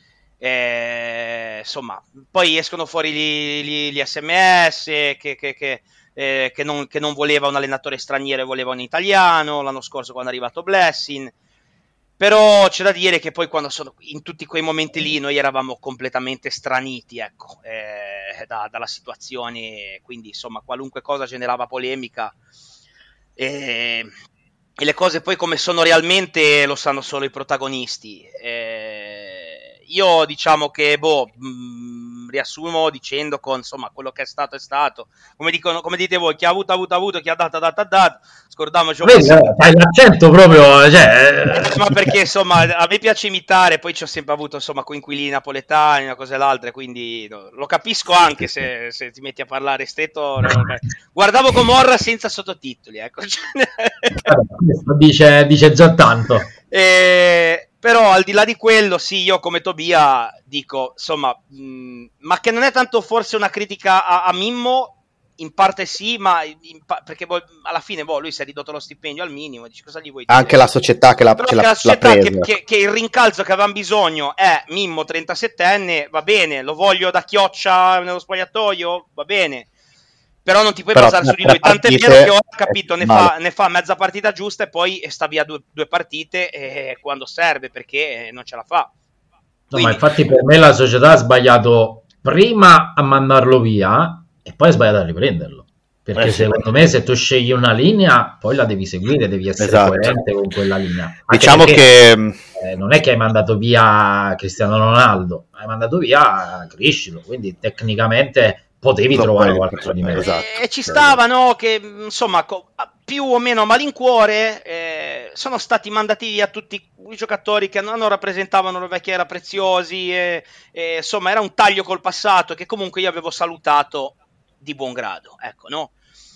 insomma, poi escono fuori gli SMS che non voleva un allenatore straniero e voleva un italiano l'anno scorso quando è arrivato Blessing. Però c'è da dire che poi quando sono in tutti quei momenti lì noi eravamo completamente straniti, ecco, dalla situazione, quindi insomma qualunque cosa generava polemica, e le cose poi come sono realmente lo sanno solo i protagonisti. Io diciamo che riassumo dicendo con insomma quello che è stato, come dite voi, chi ha avuto, chi ha dato, scordiamoci un po'. Fai l'accento proprio, ma perché insomma a me piace imitare, poi ci ho sempre avuto insomma coinquilini napoletani, una cosa e l'altra, quindi lo capisco anche se ti metti a parlare stretto. Guardavo Gomorra senza sottotitoli, ecco. dice già tanto. Però al di là di quello, sì, io come Tobia dico, insomma, ma che non è tanto forse una critica a Mimmo, in parte sì, ma perché alla fine lui si è ridotto lo stipendio al minimo, dici cosa gli vuoi dire? Anche la società che l'ha presa. Che il rincalzo che avevamo bisogno è Mimmo 37enne, va bene, lo voglio da chioccia nello spogliatoio, va bene. Però non ti puoi basare su di lui, tant'è vero che ho capito, ne fa mezza partita giusta e poi sta via due partite quando serve, perché non ce la fa. Quindi... No, ma infatti per me la società ha sbagliato prima a mandarlo via e poi ha sbagliato a riprenderlo. Perché secondo me se tu scegli una linea poi la devi seguire, devi essere coerente con quella linea. Diciamo che non è che hai mandato via Cristiano Ronaldo, hai mandato via Criscilo, quindi tecnicamente... potevi trovare qualcosa di meglio. E ci stava, no? Che insomma più o meno a malincuore, sono stati mandati via tutti i giocatori che non rappresentavano la vecchia era Preziosi, insomma era un taglio col passato che comunque io avevo salutato di buon grado, ecco, no?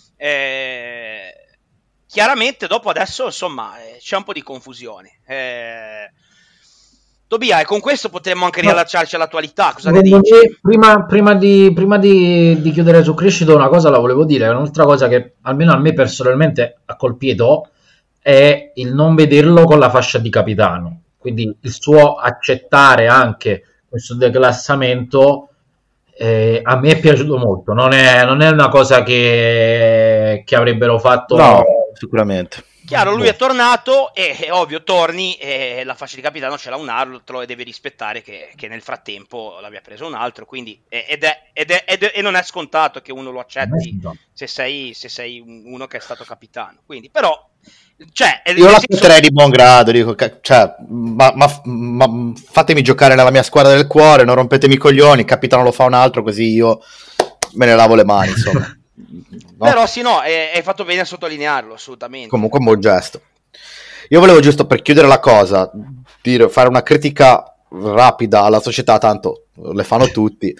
Chiaramente dopo adesso insomma c'è un po' di confusione. Tobia, e con questo potremmo anche riallacciarci all'attualità. Cosa ne dici? Prima di chiudere su Crescito, una cosa la volevo dire. Un'altra cosa che almeno a me personalmente ha colpito è il non vederlo con la fascia di capitano. Quindi il suo accettare anche questo declassamento a me è piaciuto molto. Non è una cosa che avrebbero fatto. No, sicuramente. Chiaro, lui è tornato e è ovvio, torni e la fascia di capitano ce l'ha un altro e devi rispettare che nel frattempo l'abbia preso un altro, quindi e non è scontato che uno lo accetti se sei uno che è stato capitano, quindi però io la accetterei di buon grado, dico, ma fatemi giocare nella mia squadra del cuore, non rompetemi i coglioni, capitano lo fa un altro così io me ne lavo le mani, insomma. No? Però sì, no, hai fatto bene a sottolinearlo, assolutamente. Comunque un buon gesto. Io volevo giusto, per chiudere la cosa, fare una critica rapida alla società, tanto le fanno tutti.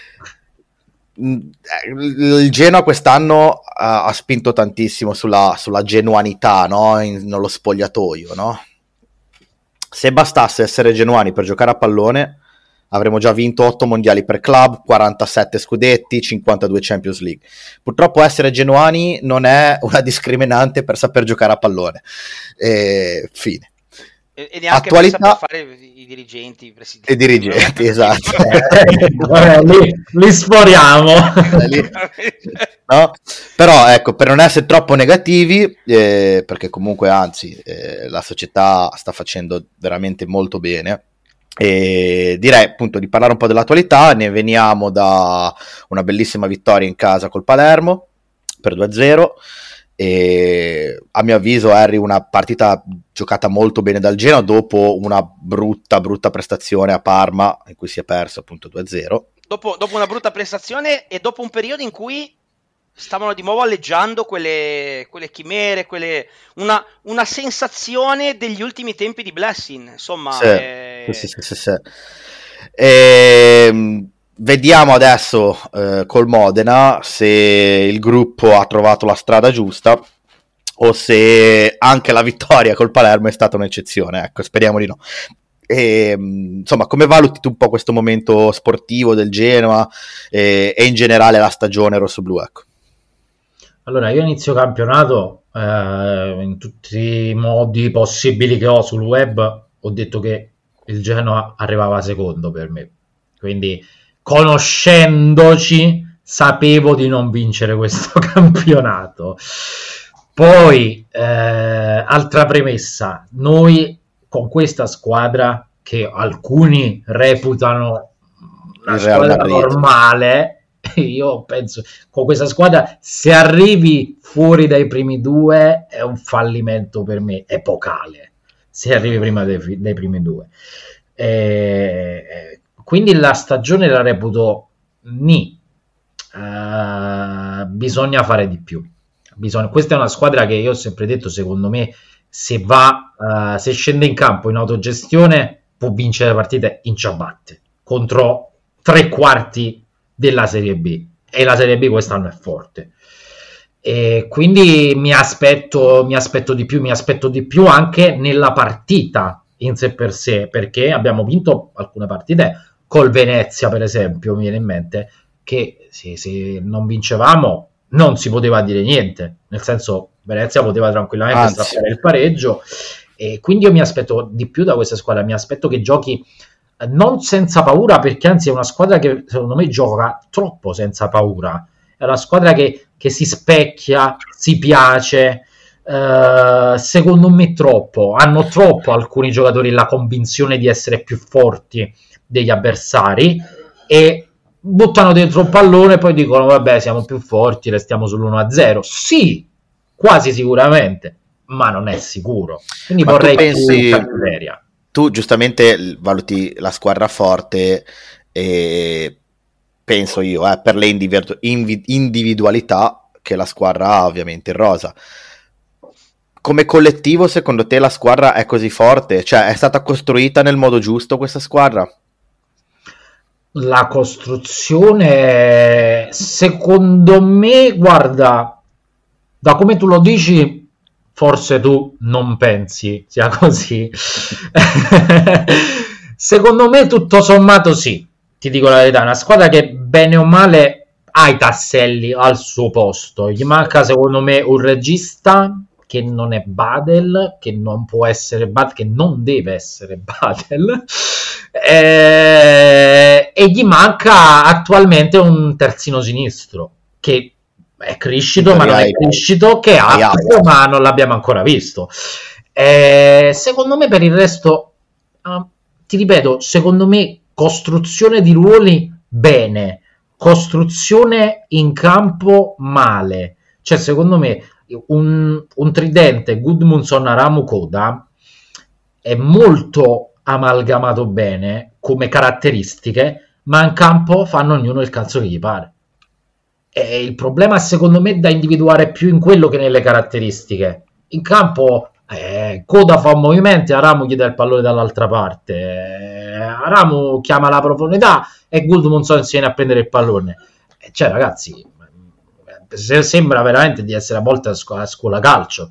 Il Genoa quest'anno ha spinto tantissimo sulla genuanità, no? Nello spogliatoio, no? Se bastasse essere genuani per giocare a pallone, avremmo già vinto 8 mondiali per club, 47 scudetti, 52 Champions League. Purtroppo essere genuani non è una discriminante per saper giocare a pallone. Fine. E neanche attualità... per saper fare i dirigenti, i presidenti. I dirigenti, esatto. Li sforiamo. No? Però ecco, per non essere troppo negativi, perché comunque anzi la società sta facendo veramente molto bene, e direi appunto di parlare un po' dell'attualità. Ne veniamo da una bellissima vittoria in casa col Palermo per 2-0 e a mio avviso Harry una partita giocata molto bene dal Genoa dopo una brutta prestazione a Parma in cui si è perso appunto 2-0 dopo una brutta prestazione e dopo un periodo in cui stavano di nuovo alleggiando quelle chimere, una sensazione degli ultimi tempi di Blessing, insomma. Sì. Vediamo adesso col Modena se il gruppo ha trovato la strada giusta o se anche la vittoria col Palermo è stata un'eccezione, ecco, speriamo di no. Insomma, come valuti tu un po' questo momento sportivo del Genoa e in generale la stagione rossoblù, ecco? Allora, io inizio campionato in tutti i modi possibili che ho sul web, ho detto che il Genoa arrivava secondo per me, quindi conoscendoci sapevo di non vincere questo campionato. Poi, altra premessa, noi con questa squadra che alcuni reputano una squadra normale, io penso con questa squadra se arrivi fuori dai primi due è un fallimento per me epocale, se arrivi prima dei primi due, quindi la stagione la reputo bisogna fare di più, questa è una squadra che io ho sempre detto, secondo me se scende in campo in autogestione può vincere partite in ciabatte contro 3/4 della Serie B, e la Serie B quest'anno è forte, e quindi mi aspetto di più anche nella partita in sé per sé, perché abbiamo vinto alcune partite col Venezia per esempio, mi viene in mente che se non vincevamo non si poteva dire niente, nel senso Venezia poteva tranquillamente strappare il pareggio, e quindi io mi aspetto di più da questa squadra, mi aspetto che giochi non senza paura, perché anzi è una squadra che secondo me gioca troppo senza paura, è una squadra che si specchia, si piace, secondo me hanno troppo alcuni giocatori la convinzione di essere più forti degli avversari e buttano dentro un pallone e poi dicono vabbè siamo più forti, restiamo sull'1-0, sì, quasi sicuramente, ma non è sicuro, quindi ma vorrei pensi... più cattiveria. Tu giustamente valuti la squadra forte e penso io per le individualità che la squadra ha ovviamente in rosa, come collettivo secondo te la squadra è così forte? Cioè è stata costruita nel modo giusto questa squadra? La costruzione, secondo me, guarda, da come tu lo dici, forse tu non pensi sia così. Secondo me, tutto sommato, sì. Ti dico la verità, è una squadra che bene o male ha i tasselli al suo posto. Gli manca, secondo me, un regista che non è Badel, che non può essere Badel, che non deve essere Badel. E gli manca attualmente un terzino sinistro che è cresciuto ma non è cresciuto, che ha ma non l'abbiamo ancora visto. Secondo me per il resto ti ripeto, secondo me costruzione di ruoli bene, costruzione in campo male. Cioè secondo me un tridente Gudmundsson, Aramu, Koda è molto amalgamato bene come caratteristiche, ma in campo fanno ognuno il cazzo che gli pare. E il problema secondo me è da individuare più in quello che nelle caratteristiche. In campo Koda fa un movimento e Aramu gli dà il pallone dall'altra parte, Aramu chiama la profondità e Gudmundsson si viene a prendere il pallone. Cioè ragazzi, sembra veramente di essere a volte a scuola calcio.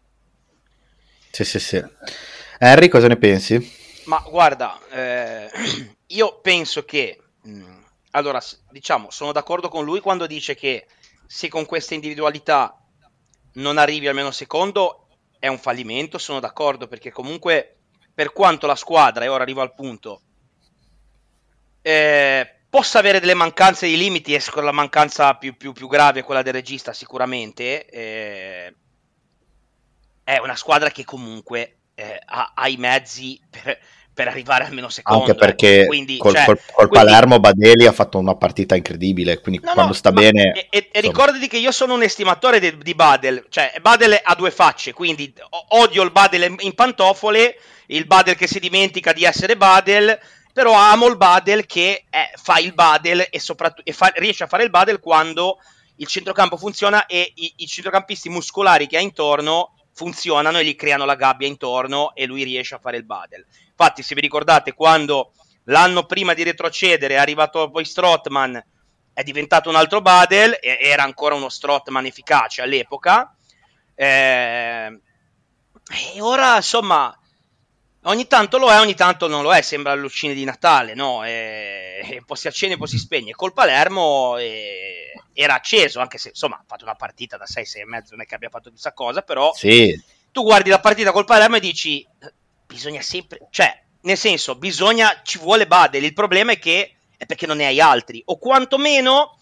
Sì. Henry, cosa ne pensi? Ma guarda, io penso che allora, diciamo, sono d'accordo con lui quando dice che se con questa individualità non arrivi almeno secondo è un fallimento. Sono d'accordo, perché comunque per quanto la squadra, e ora arrivo al punto, possa avere delle mancanze di limiti, e la mancanza più grave è quella del regista sicuramente, è una squadra che comunque ha i mezzi per arrivare almeno secondo. Anche perché quindi, col Palermo Badeli ha fatto una partita incredibile, quindi quando sta bene... E ricordati che io sono un estimatore di Badel, cioè Badel ha due facce, quindi odio il Badel in pantofole, il Badel che si dimentica di essere Badel, però amo il Badel che fa il Badel e soprattutto riesce a fare il Badel quando il centrocampo funziona e i centrocampisti muscolari che ha intorno funzionano e gli creano la gabbia intorno e lui riesce a fare il Badel. Infatti, se vi ricordate, quando l'anno prima di retrocedere è arrivato poi Strootman, è diventato un altro Badel, e era ancora uno Strootman efficace all'epoca, e ora insomma ogni tanto lo è, ogni tanto non lo è, sembra le lucine di Natale, no? Un po' si accende, un po' si spegne. Col Palermo era acceso, anche se insomma ha fatto una partita da 6-6 e mezzo, non è che abbia fatto chissà cosa, però sì. Tu guardi la partita col Palermo e dici bisogna sempre, cioè nel senso ci vuole Badel, il problema è perché non ne hai altri, o quantomeno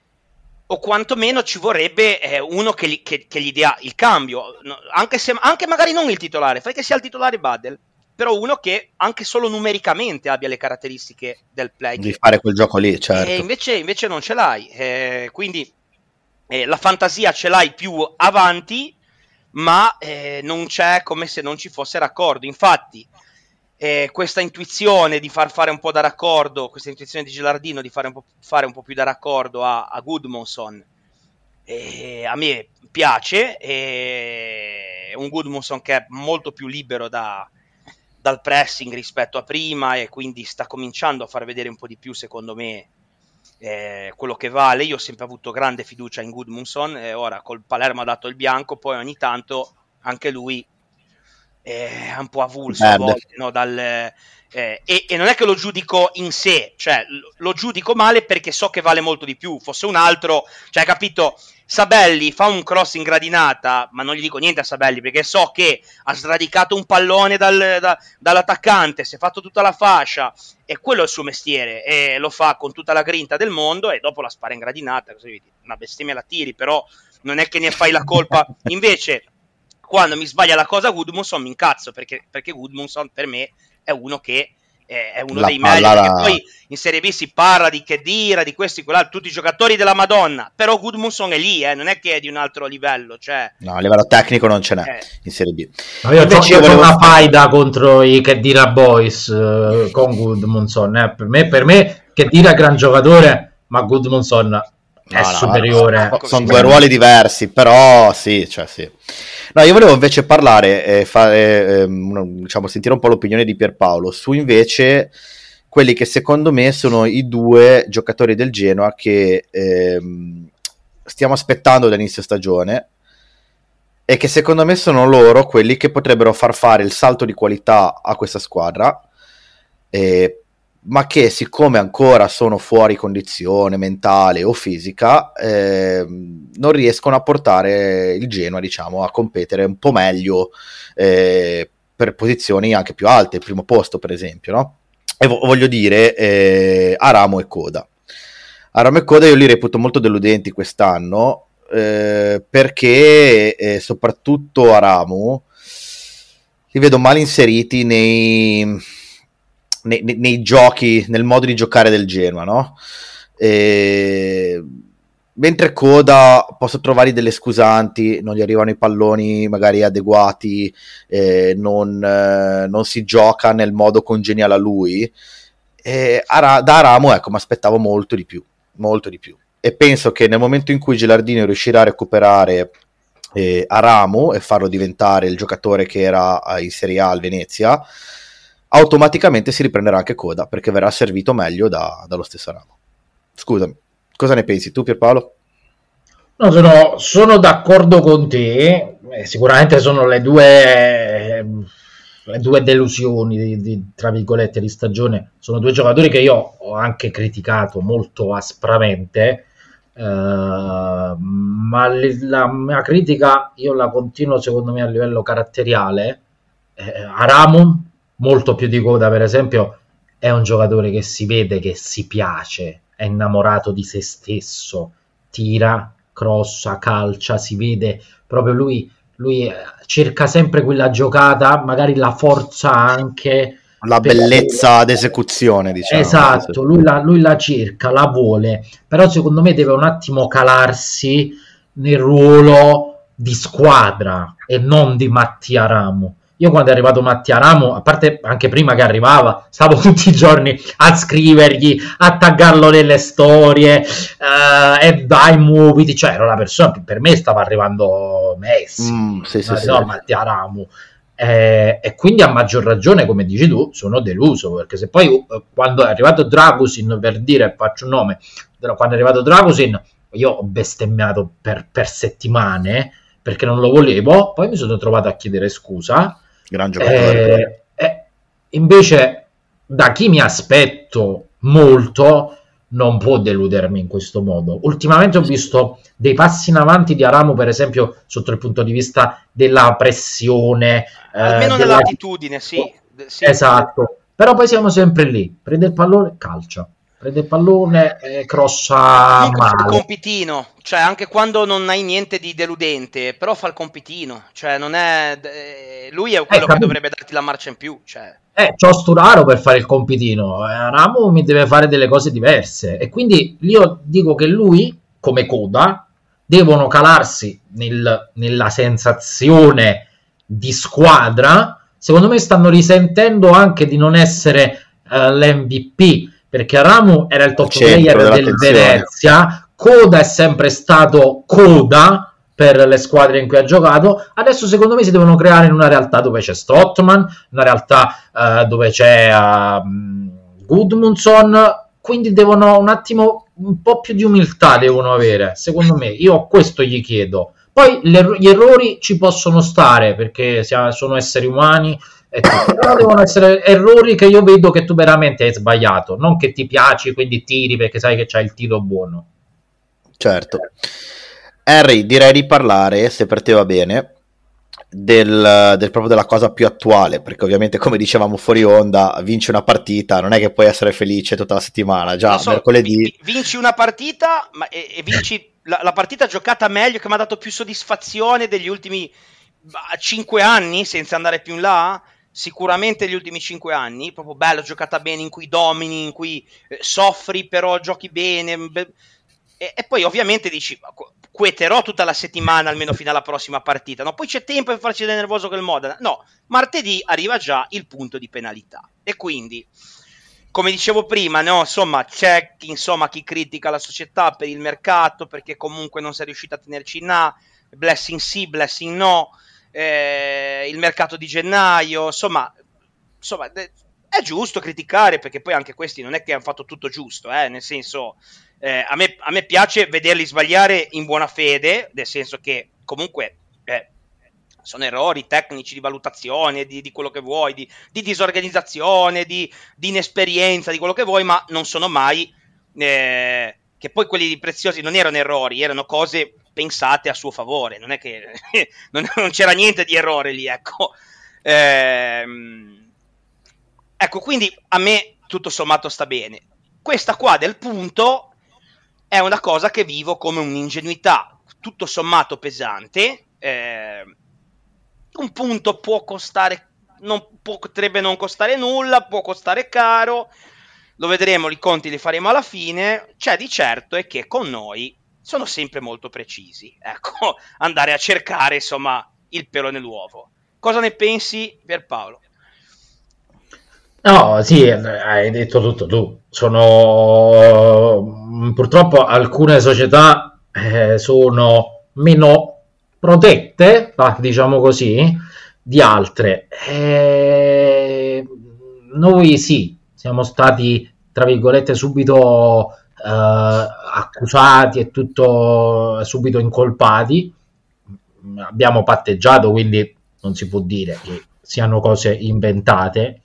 ci vorrebbe uno che gli dia il cambio, anche magari non il titolare, fai che sia il titolare Badel, però uno che anche solo numericamente abbia le caratteristiche del play di fare quel gioco lì, certo. E invece non ce l'hai, quindi la fantasia ce l'hai più avanti, ma non c'è, come se non ci fosse raccordo. Infatti questa intuizione di far fare un po' da raccordo, questa intuizione di Gilardino di fare un po' più da raccordo a Gudmundsson, a me piace, un Gudmundsson che è molto più libero dal pressing rispetto a prima, e quindi sta cominciando a far vedere un po' di più, secondo me, quello che vale. Io ho sempre avuto grande fiducia in Gudmundsson, ora col Palermo ha dato il bianco, poi ogni tanto anche lui è un po' avulso a volte, no? E non è che lo giudico in sé, cioè lo giudico male perché so che vale molto di più. Fosse un altro, cioè capito, Sabelli fa un cross in gradinata, ma non gli dico niente a Sabelli perché so che ha sradicato un pallone dall'attaccante, si è fatto tutta la fascia, e quello è il suo mestiere, e lo fa con tutta la grinta del mondo, e dopo la spara in gradinata, così una bestemmia la tiri, però non è che ne fai la colpa. Invece quando mi sbaglia la cosa Gudmundsson mi incazzo, perché Gudmundsson per me è uno che è uno dei meglio, perché poi in Serie B si parla di Khedira, di questi, quell'altro, tutti i giocatori della Madonna, però Gudmundsson è lì, non è che è di un altro livello, cioè... No, a livello tecnico non ce n'è in Serie B. Ma io ho una faida contro i Khedira Boys con Gudmundsson, per me Khedira è gran giocatore, ma Gudmundsson è superiore. Sono due ruoli diversi, però sì, cioè sì. No, io volevo invece parlare, diciamo, sentire un po' l'opinione di Pierpaolo su invece quelli che secondo me sono i due giocatori del Genoa che stiamo aspettando dall'inizio stagione e che secondo me sono loro quelli che potrebbero far fare il salto di qualità a questa squadra, ma che siccome ancora sono fuori condizione mentale o fisica, non riescono a portare il Genoa, diciamo, a competere un po' meglio per posizioni anche più alte, il primo posto per esempio, no? E voglio dire Aramo e Coda. Aramo e Coda io li reputo molto deludenti quest'anno, perché soprattutto Aramo li vedo mal inseriti nei giochi, nel modo di giocare del Genoa, no? Mentre Coda posso trovare delle scusanti, non gli arrivano i palloni magari adeguati, non si gioca nel modo congeniale a lui, da Aramo ecco mi aspettavo molto di più, e penso che nel momento in cui Gilardino riuscirà a recuperare Aramo e farlo diventare il giocatore che era in Serie A al Venezia, automaticamente si riprenderà anche Coda, perché verrà servito meglio dallo stesso Aramo. Scusami, cosa ne pensi tu, Pierpaolo? No, sono d'accordo con te, sicuramente sono le due delusioni tra virgolette di stagione, sono due giocatori che io ho anche criticato molto aspramente, ma la mia critica io la continuo secondo me a livello caratteriale. Aramo molto più di Coda per esempio è un giocatore che si vede che si piace, è innamorato di se stesso, tira, crossa, calcia, si vede proprio lui cerca sempre quella giocata, magari la forza anche, la bellezza d'esecuzione, diciamo. Esatto, lui la cerca, la vuole, però secondo me deve un attimo calarsi nel ruolo di squadra e non di Mattia Ramo. Io quando è arrivato Mattia Ramo, a parte anche prima che arrivava, stavo tutti i giorni a scrivergli, a taggarlo nelle storie, e dai muoviti, cioè era una persona che per me stava arrivando Messi, no, Mattia Ramo. E quindi a maggior ragione, come dici tu, sono deluso, perché se poi quando è arrivato Dragusin, per dire, faccio un nome, quando è arrivato Dragusin io ho bestemmiato per settimane perché non lo volevo, poi mi sono trovato a chiedere scusa. Gran giocatore. Invece da chi mi aspetto molto non può deludermi in questo modo. Ultimamente ho visto dei passi in avanti di Aramo, per esempio sotto il punto di vista della pressione, almeno nell'attitudine, sì. Esatto, però poi siamo sempre lì, prende il pallone, calcia, prende il pallone, crossa male. Il compitino, cioè anche quando non hai niente di deludente, però fa il compitino, cioè non è lui è quello che dovrebbe darti la marcia in più, cioè. C'ho Sturaro per fare il compitino, Ramo mi deve fare delle cose diverse, e quindi io dico che lui, come Coda, devono calarsi nella sensazione di squadra. Secondo me stanno risentendo anche di non essere l'MVP, perché Ramo era il top player del Venezia, Coda è sempre stato Coda per le squadre in cui ha giocato. Adesso secondo me si devono creare in una realtà dove c'è Strootman, una realtà dove c'è Gudmundsson, quindi devono un attimo, un po' più di umiltà devono avere, secondo me. Io questo gli chiedo. Poi gli errori ci possono stare, perché sono esseri umani, però devono essere errori che io vedo che tu veramente hai sbagliato, non che ti piaci quindi tiri perché sai che c'hai il tiro buono. Certo. Harry, direi di parlare, se per te va bene, del proprio della cosa più attuale, perché ovviamente, come dicevamo fuori onda, vinci una partita, non è che puoi essere felice tutta la settimana, già mercoledì vinci una partita, ma e vinci la partita giocata meglio, che mi ha dato più soddisfazione degli ultimi 5 anni, senza andare più in là. Sicuramente gli ultimi 5 anni, proprio bello, giocata bene, in cui domini, in cui soffri però giochi bene, e poi ovviamente dici queterò tutta la settimana almeno fino alla prossima partita, no? Poi c'è tempo per farci del nervoso che il Modena, no, martedì arriva già il punto di penalità, e quindi come dicevo prima, no? Insomma, c'è chi critica la società per il mercato, perché comunque non si è riuscita a tenerci in A, blessing sì, blessing no, il mercato di gennaio, insomma, è giusto criticare, perché poi anche questi non è che hanno fatto tutto giusto, nel senso, a me piace vederli sbagliare in buona fede, nel senso che comunque sono errori tecnici di valutazione, di quello che vuoi, di disorganizzazione, di inesperienza, di quello che vuoi, ma non sono mai, che poi quelli preziosi non erano errori, erano cose pensate a suo favore, non è che non c'era niente di errore lì, ecco. Ecco, quindi a me tutto sommato sta bene. Questa qua del punto è una cosa che vivo come un'ingenuità tutto sommato pesante. Un punto può costare, potrebbe non costare nulla, può costare caro, lo vedremo, i conti li faremo alla fine. C'è di certo è che con noi sono sempre molto precisi, ecco, andare a cercare insomma il pelo nell'uovo. Cosa ne pensi, Pierpaolo? No, sì, hai detto tutto tu. Purtroppo alcune società sono meno protette, diciamo così, di altre. Noi sì, siamo stati, tra virgolette, subito accusati e tutto subito incolpati. Abbiamo patteggiato, quindi non si può dire che siano cose inventate.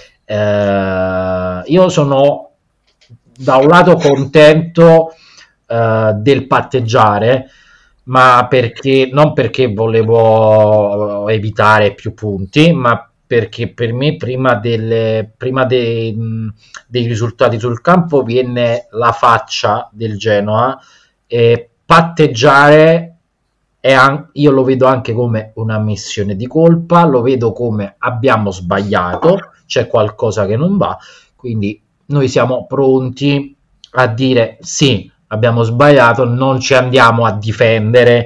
Io sono da un lato contento del patteggiare, ma non perché volevo evitare più punti, ma perché per me prima dei risultati sul campo viene la faccia del Genoa, e patteggiare io lo vedo anche come una missione di colpa, lo vedo come abbiamo sbagliato, c'è qualcosa che non va, quindi noi siamo pronti a dire sì, abbiamo sbagliato, non ci andiamo a difendere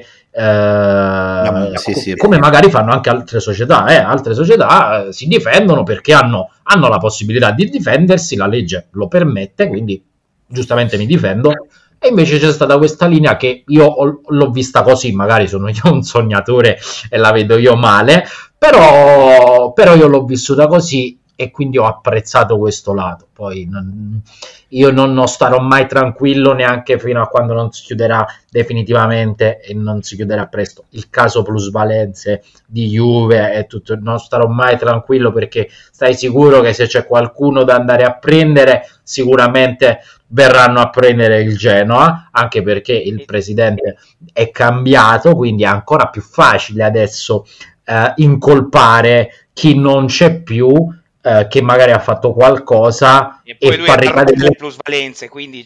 come magari fanno anche altre società. Altre società si difendono perché hanno la possibilità di difendersi, la legge lo permette, quindi giustamente mi difendo. E invece c'è stata questa linea che io l'ho vista così, magari sono io un sognatore e la vedo io male, però io l'ho vissuta così e quindi ho apprezzato questo lato. Poi io non starò mai tranquillo neanche fino a quando non si chiuderà definitivamente, e non si chiuderà presto, il caso plusvalenze di Juve e tutto. Non starò mai tranquillo, perché stai sicuro che se c'è qualcuno da andare a prendere, sicuramente verranno a prendere il Genoa, anche perché il presidente è cambiato, quindi è ancora più facile adesso incolpare chi non c'è più, che magari ha fatto qualcosa e poi lui far ricadere le plusvalenze, quindi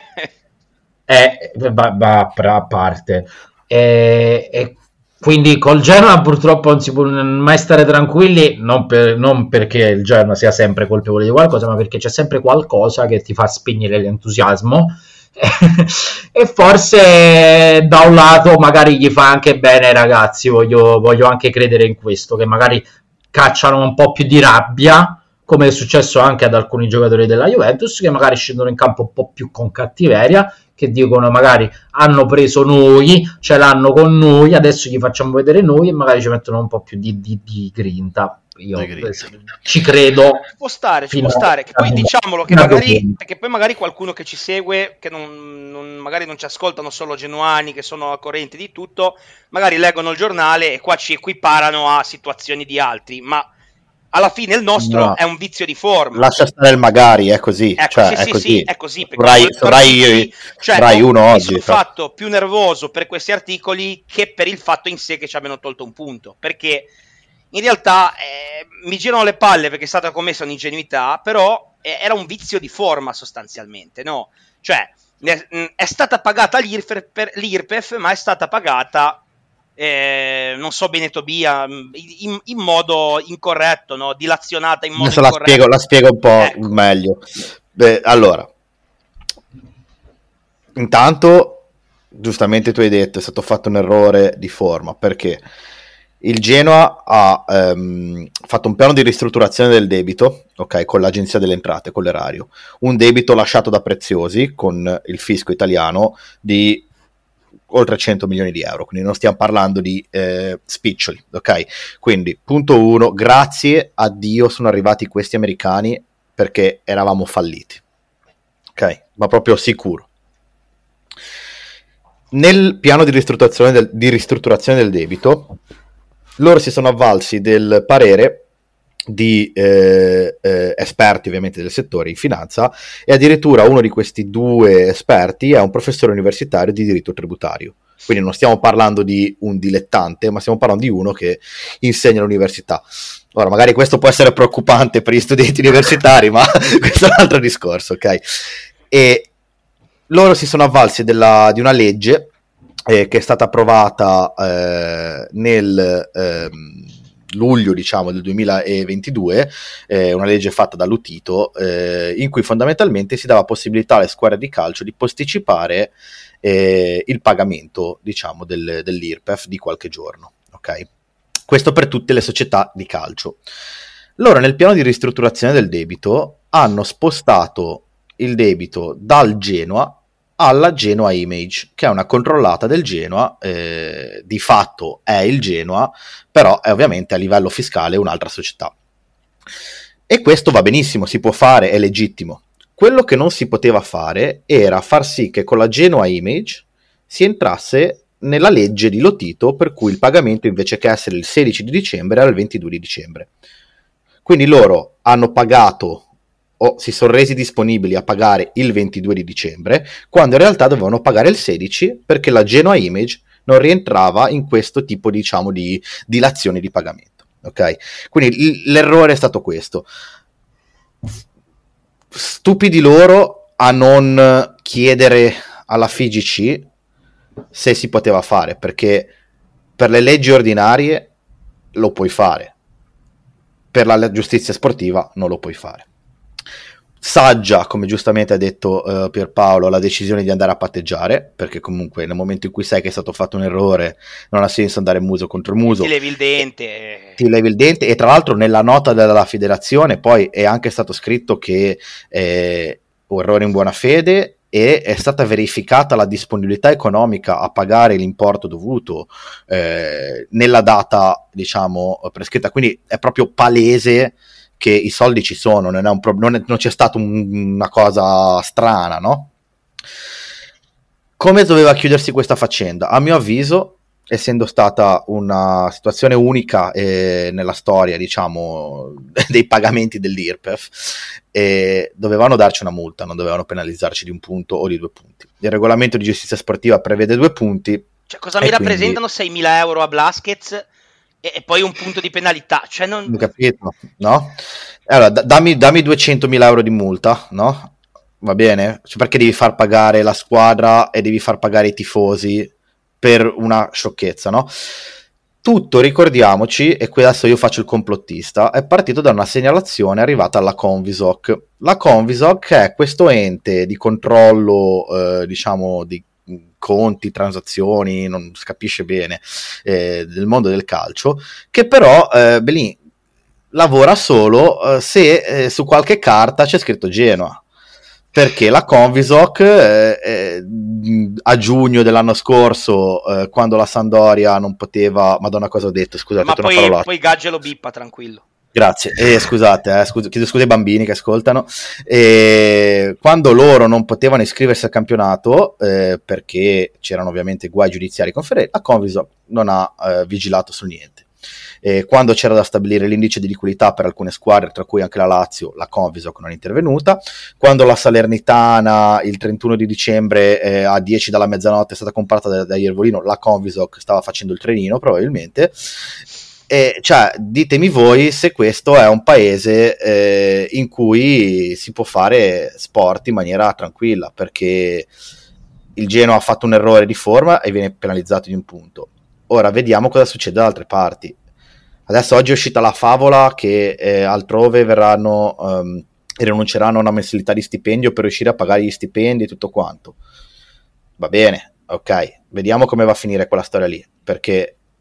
va a parte, e quindi col Genoa purtroppo non si può mai stare tranquilli, non perché il Genoa sia sempre colpevole di qualcosa, ma perché c'è sempre qualcosa che ti fa spegnere l'entusiasmo e forse da un lato magari gli fa anche bene ai ragazzi, voglio anche credere in questo, che magari cacciano un po' più di rabbia, come è successo anche ad alcuni giocatori della Juventus, che magari scendono in campo un po' più con cattiveria, che dicono magari hanno preso noi, ce l'hanno con noi, adesso gli facciamo vedere noi, e magari ci mettono un po' più di grinta. Io ci credo. Ci può stare, che poi diciamolo che magari, perché poi magari qualcuno che ci segue, che magari non ci ascoltano solo genuani che sono a corrente di tutto, magari leggono il giornale e qua ci equiparano a situazioni di altri, ma alla fine il nostro è un vizio di forma. Lascia stare il magari, è così. Ecco, cioè, sì, è così. Rai uno oggi. Mi sono fatto più nervoso per questi articoli che per il fatto in sé che ci abbiano tolto un punto, perché in realtà mi girano le palle perché è stata commessa un'ingenuità, però era un vizio di forma sostanzialmente, no? Cioè, è stata pagata l'IRPEF, ma è stata pagata, non so bene Tobia, in modo incorretto, no? Dilazionata in modo incorretto. La spiego un po' meglio. Allora, intanto, giustamente tu hai detto, è stato fatto un errore di forma, perché il Genoa ha fatto un piano di ristrutturazione del debito, ok, con l'Agenzia delle Entrate, con l'erario, un debito lasciato da Preziosi con il fisco italiano di oltre 100 milioni di euro, quindi non stiamo parlando di spiccioli, ok? Quindi, punto 1, grazie a Dio sono arrivati questi americani, perché eravamo falliti, ok? Ma proprio sicuro. Nel piano di ristrutturazione del debito, loro si sono avvalsi del parere di esperti ovviamente del settore in finanza, e addirittura uno di questi 2 esperti è un professore universitario di diritto tributario, quindi non stiamo parlando di un dilettante, ma stiamo parlando di uno che insegna all'università. Ora, magari questo può essere preoccupante per gli studenti universitari, ma questo è un altro discorso, ok? E loro si sono avvalsi di una legge che è stata approvata nel luglio, diciamo, del 2022, una legge fatta dall'Utito, in cui fondamentalmente si dava possibilità alle squadre di calcio di posticipare il pagamento, diciamo, dell'IRPEF di qualche giorno, ok? Questo per tutte le società di calcio. Loro nel piano di ristrutturazione del debito hanno spostato il debito dal Genoa alla Genoa Image, che è una controllata del Genoa, di fatto è il Genoa, però è ovviamente a livello fiscale un'altra società. E questo va benissimo, si può fare, è legittimo. Quello che non si poteva fare era far sì che con la Genoa Image si entrasse nella legge di Lotito, per cui il pagamento, invece che essere il 16 di dicembre, era il 22 di dicembre. Quindi loro hanno pagato, o si sono resi disponibili a pagare il 22 di dicembre, quando in realtà dovevano pagare il 16, perché la Genoa Image non rientrava in questo tipo, diciamo, di dilazioni di pagamento, ok? Quindi l'errore è stato questo. Stupidi loro a non chiedere alla FIGC se si poteva fare, perché per le leggi ordinarie lo puoi fare, per la giustizia sportiva non lo puoi fare. Saggia, come giustamente ha detto Pierpaolo, la decisione di andare a patteggiare, perché comunque nel momento in cui sai che è stato fatto un errore non ha senso andare muso contro muso, ti levi il dente. E tra l'altro nella nota della federazione poi è anche stato scritto che un errore in buona fede, e è stata verificata la disponibilità economica a pagare l'importo dovuto nella data, diciamo, prescritta, quindi è proprio palese che i soldi ci sono, non c'è stata una cosa strana, no? Come doveva chiudersi questa faccenda? A mio avviso, essendo stata una situazione unica nella storia, diciamo, dei pagamenti dell'IRPEF, dovevano darci una multa, non dovevano penalizzarci di 1 punto o di 2 punti. Il regolamento di giustizia sportiva prevede 2 punti. Cioè, cosa mi rappresentano 6.000 euro a Blaskets e poi 1 punto di penalità? Cioè, non capito, no? Allora, dammi 200.000 euro di multa, no? Va bene? Cioè, perché devi far pagare la squadra e devi far pagare i tifosi per una sciocchezza, no? Tutto, ricordiamoci, e qui adesso io faccio il complottista, è partito da una segnalazione arrivata alla Convisoc. La Convisoc è questo ente di controllo, diciamo, di conti, transazioni, non si capisce bene, del mondo del calcio, che però lì lavora solo se su qualche carta c'è scritto Genoa, perché la Convisoc a giugno dell'anno scorso, quando la Sampdoria non poteva, madonna cosa ho detto, scusate, ma poi Gagge lo bippa, tranquillo. Grazie, scusate, chiedo scusa ai bambini che ascoltano. Quando loro non potevano iscriversi al campionato, perché c'erano ovviamente guai giudiziari con Ferreri, la Convisoc non ha vigilato su niente. Quando c'era da stabilire l'indice di liquidità per alcune squadre, tra cui anche la Lazio, la Convisoc non è intervenuta. Quando la Salernitana il 31 di dicembre a 10 dalla mezzanotte è stata comprata da Iervolino, la Convisoc stava facendo il trenino probabilmente. Cioè, ditemi voi se questo è un paese in cui si può fare sport in maniera tranquilla, perché il Genoa ha fatto un errore di forma e viene penalizzato di 1 punto. Ora vediamo cosa succede da altre parti. Adesso oggi è uscita la favola che altrove rinunceranno a una mensilità di stipendio per riuscire a pagare gli stipendi e tutto quanto. Va bene, ok, vediamo come va a finire quella storia lì, perché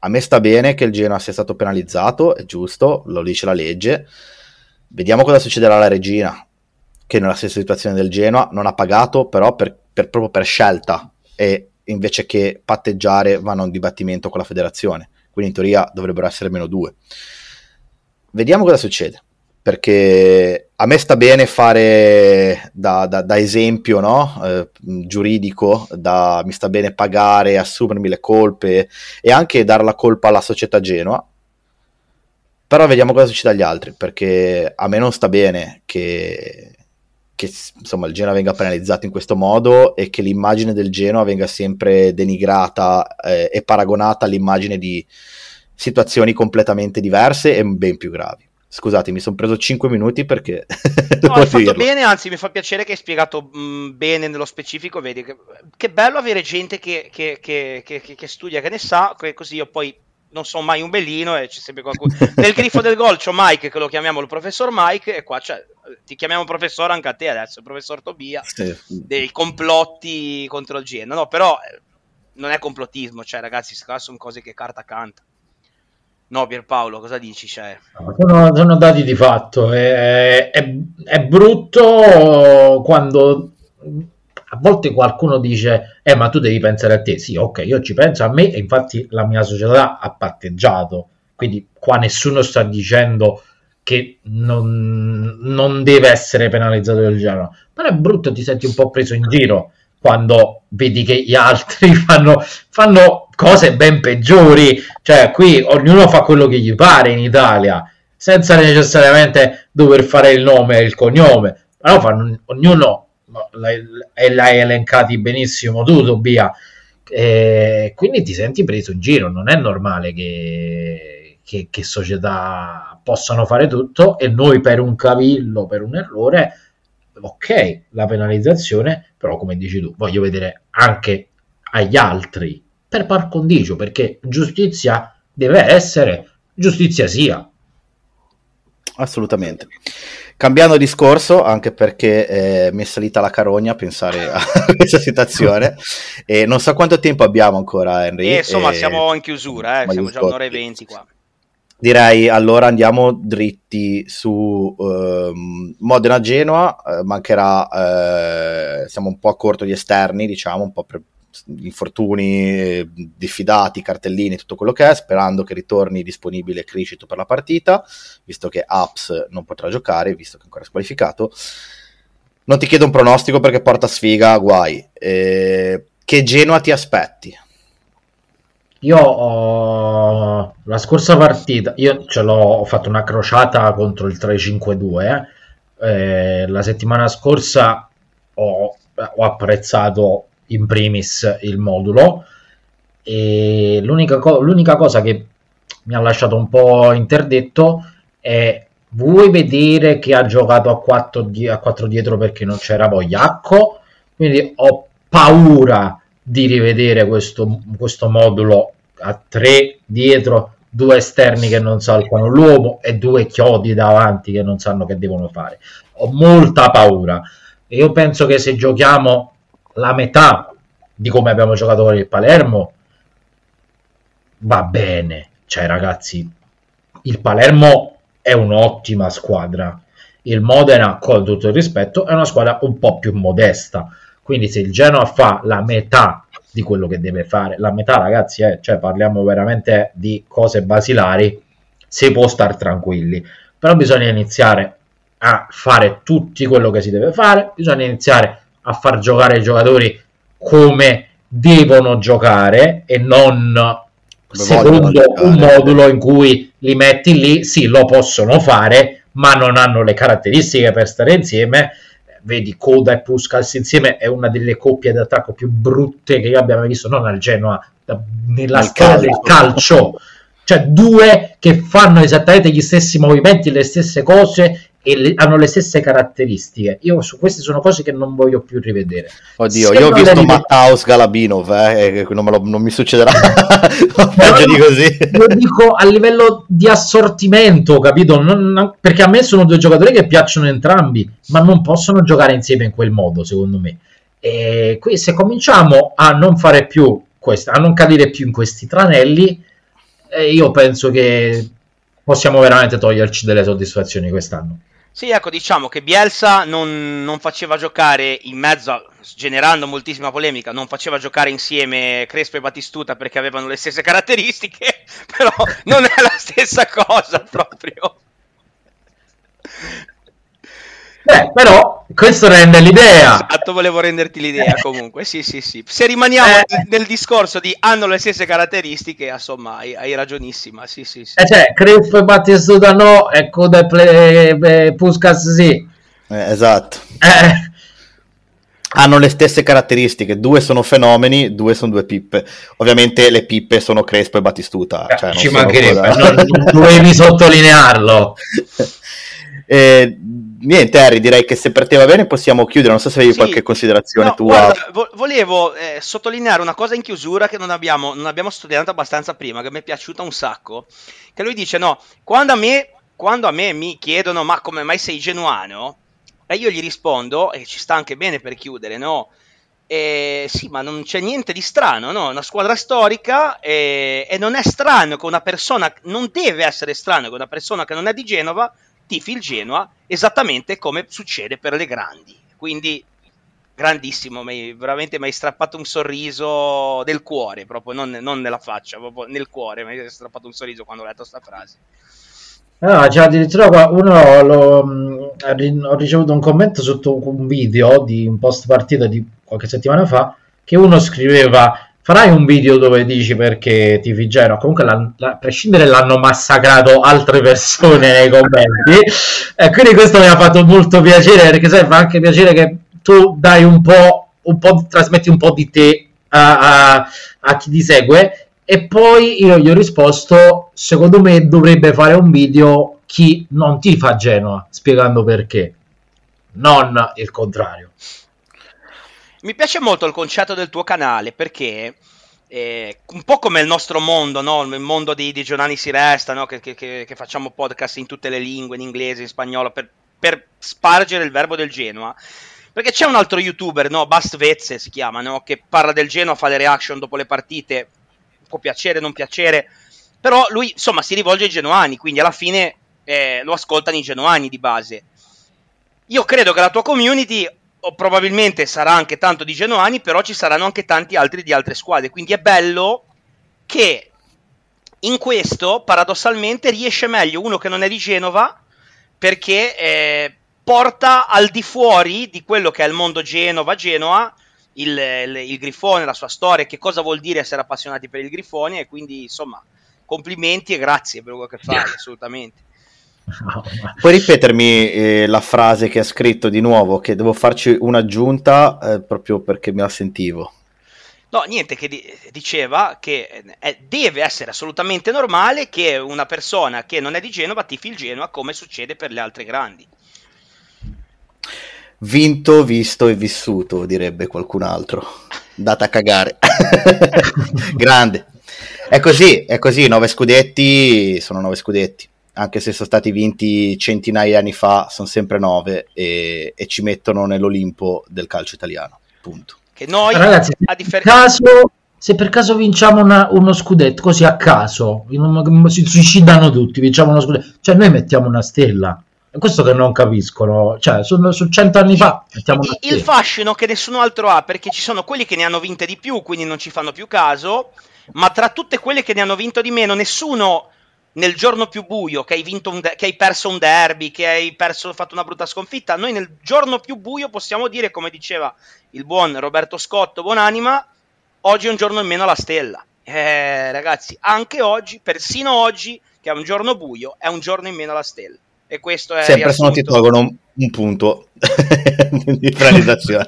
A me sta bene che il Genoa sia stato penalizzato, è giusto, lo dice la legge. Vediamo cosa succederà alla Regina, che nella stessa situazione del Genoa non ha pagato, però proprio per scelta, e invece che patteggiare vanno a un dibattimento con la federazione, quindi in teoria dovrebbero essere -2. Vediamo cosa succede, perché a me sta bene fare da esempio, no? Giuridico, mi sta bene pagare, assumermi le colpe e anche dare la colpa alla società Genoa, però vediamo cosa succede agli altri, perché a me non sta bene che insomma il Genoa venga penalizzato in questo modo e che l'immagine del Genoa venga sempre denigrata e paragonata all'immagine di situazioni completamente diverse e ben più gravi. Scusate, mi sono preso 5 minuti perché no, hai fatto bene, anzi mi fa piacere che hai spiegato bene nello specifico. Vedi che bello avere gente che studia, che ne sa, così io poi non so mai un bellino e c'è sempre qualcuno. Nel grifo del gol c'ho Mike, che lo chiamiamo il professor Mike, e qua ti chiamiamo professore anche a te adesso, il professor Tobia, sì, dei complotti contro il Genoa. No, però non è complottismo, cioè ragazzi, sono cose che carta canta. No, Pierpaolo, cosa dici? Sono dati di fatto. È brutto quando a volte qualcuno dice ma tu devi pensare a te. Sì, ok, io ci penso a me, e infatti la mia società ha patteggiato, quindi qua nessuno sta dicendo che non deve essere penalizzato del Genoa, però è brutto, ti senti un po' preso in giro quando vedi che gli altri fanno cose ben peggiori. Cioè qui ognuno fa quello che gli pare in Italia, senza necessariamente dover fare il nome e il cognome, però ognuno, l'hai elencati benissimo tu, Tobia, quindi ti senti preso in giro. Non è normale che società possano fare tutto e noi per un cavillo, per un errore, ok, la penalizzazione, però come dici tu, voglio vedere anche agli altri per par condicio, perché giustizia deve essere, giustizia sia. Assolutamente. Cambiando discorso, anche perché mi è salita la carogna a pensare a questa situazione, e non so quanto tempo abbiamo ancora, Henry. Insomma, siamo in chiusura, siamo già 1:20 qua. Direi allora andiamo dritti su Modena-Genoa. Mancherà, siamo un po' a corto di esterni, diciamo, un po' per infortuni, diffidati, cartellini, tutto quello che è, sperando che ritorni disponibile Criscito per la partita, visto che Aps non potrà giocare, visto che è ancora squalificato. Non ti chiedo un pronostico perché porta sfiga, guai. Che Genoa ti aspetti? Io la scorsa partita, ho fatto una crociata contro il 3-5-2, la settimana scorsa ho apprezzato in primis il modulo, e l'unica cosa che mi ha lasciato un po' interdetto è: vuoi vedere che ha giocato a 4 dietro perché non c'era Vogliacco? Quindi ho paura di rivedere questo modulo a 3 dietro, 2 esterni che non salvano l'uomo e 2 chiodi davanti che non sanno che devono fare. Ho molta paura, e io penso che se giochiamo la metà di come abbiamo giocato con il Palermo va bene. Cioè ragazzi, il Palermo è un'ottima squadra, il Modena, con tutto il rispetto, è una squadra un po' più modesta, quindi se il Genoa fa la metà di quello che deve fare, la metà ragazzi, cioè parliamo veramente di cose basilari, si può star tranquilli. Però bisogna iniziare a fare tutti quello che si deve fare, bisogna iniziare a far giocare i giocatori come devono giocare e non secondo un modulo in cui li metti lì, sì, lo possono fare, ma non hanno le caratteristiche per stare insieme. Vedi, Coda e Puskás insieme è una delle coppie d'attacco più brutte che io abbia mai visto, non al Genoa, nella storia del calcio. Cioè 2 che fanno esattamente gli stessi movimenti, le stesse cose e hanno le stesse caratteristiche. Io su queste sono cose che non voglio più rivedere. Oddio, io ho visto Matthaus Galabinov, non mi succederà peggio di così. Lo dico a livello di assortimento, capito? Perché a me sono 2 giocatori che piacciono entrambi, ma non possono giocare insieme in quel modo, secondo me. E qui se cominciamo a non fare più questo, a non cadere più in questi tranelli, io penso che possiamo veramente toglierci delle soddisfazioni quest'anno. Sì, ecco, diciamo che Bielsa non faceva giocare in mezzo, generando moltissima polemica, non faceva giocare insieme Crespo e Batistuta perché avevano le stesse caratteristiche, però non è la stessa cosa proprio. Però questo rende l'idea. Esatto, volevo renderti l'idea comunque, sì. Se rimaniamo nel discorso di hanno le stesse caratteristiche, insomma, hai ragionissima, sì. Cioè, Crespo e Batistuta no, e Puskas sì. Esatto. Hanno le stesse caratteristiche, 2 sono fenomeni, 2 sono 2 pippe. Ovviamente le pippe sono Crespo e Batistuta. Cioè, ci mancherebbe, non dovevi sottolinearlo. Niente, Harry, direi che se per te va bene possiamo chiudere. Non so se avevi qualche considerazione tua. Guarda, volevo sottolineare una cosa in chiusura che non abbiamo sottolineato abbastanza prima, che mi è piaciuta un sacco. Che lui dice: no, quando a me mi chiedono ma come mai sei genuano, e io gli rispondo, e ci sta anche bene per chiudere, no? Sì, ma non c'è niente di strano, no? È una squadra storica e non è strano che una persona, non deve essere strano che una persona che non è di Genova tifi il Genoa, esattamente come succede per le grandi. Quindi grandissimo, veramente mi hai strappato un sorriso del cuore, proprio non nella faccia, proprio nel cuore mi hai strappato un sorriso quando ho letto sta frase. Cioè, addirittura qua ho ricevuto un commento sotto un video di un post partita di qualche settimana fa, che uno scriveva: farai un video dove dici perché tifi Genoa? Comunque a prescindere l'hanno massacrato altre persone nei commenti, e quindi questo mi ha fatto molto piacere, perché sai, fa anche piacere che tu dai un po' trasmetti un po' di te a chi ti segue. E poi io gli ho risposto: secondo me dovrebbe fare un video chi non tifa Genoa, spiegando perché, non il contrario. Mi piace molto il concetto del tuo canale, perché un po' come il nostro mondo, no? Il mondo di Giornali si resta, no? Che facciamo podcast in tutte le lingue, in inglese, in spagnolo, per spargere il verbo del Genoa. Perché c'è un altro youtuber, no? Bast Vezze si chiama, no? Che parla del Genoa, fa le reaction dopo le partite, può piacere, non piacere, però lui insomma si rivolge ai genuani, quindi alla fine lo ascoltano i genuani di base. Io credo che la tua community probabilmente sarà anche tanto di genuani, però ci saranno anche tanti altri di altre squadre, quindi è bello che in questo paradossalmente riesce meglio uno che non è di Genova, perché porta al di fuori di quello che è il mondo Genova-Genoa il Grifone, la sua storia, che cosa vuol dire essere appassionati per il Grifone, e quindi insomma complimenti e grazie per quello che fai, assolutamente. Puoi ripetermi la frase che ha scritto di nuovo, che devo farci un'aggiunta proprio perché me la sentivo. No, niente, che diceva che deve essere assolutamente normale che una persona che non è di Genova tifi il Genoa, come succede per le altre grandi. Vinto, visto e vissuto, direbbe qualcun altro. Data a cagare. Grande. È così, 9 scudetti sono 9 scudetti. Anche se sono stati vinti centinaia di anni fa, sono sempre 9 e ci mettono nell'Olimpo del calcio italiano. Punto. Che noi, ragazzi, se per caso vinciamo uno scudetto, così a caso, si suicidano tutti, vinciamo uno scudetto, cioè noi mettiamo una stella. È questo che non capiscono, cioè su 100 anni fa mettiamo una stella. Il fascino che nessuno altro ha, perché ci sono quelli che ne hanno vinte di più, quindi non ci fanno più caso, ma tra tutte quelle che ne hanno vinto di meno, nessuno nel giorno più buio, che hai perso un derby, che hai fatto una brutta sconfitta, noi nel giorno più buio possiamo dire, come diceva il buon Roberto Scotto, buonanima, oggi è un giorno in meno alla stella. Ragazzi, anche oggi, persino oggi, che è un giorno buio, è un giorno in meno alla stella. E questo è sempre se non ti tolgono un punto di realizzazione.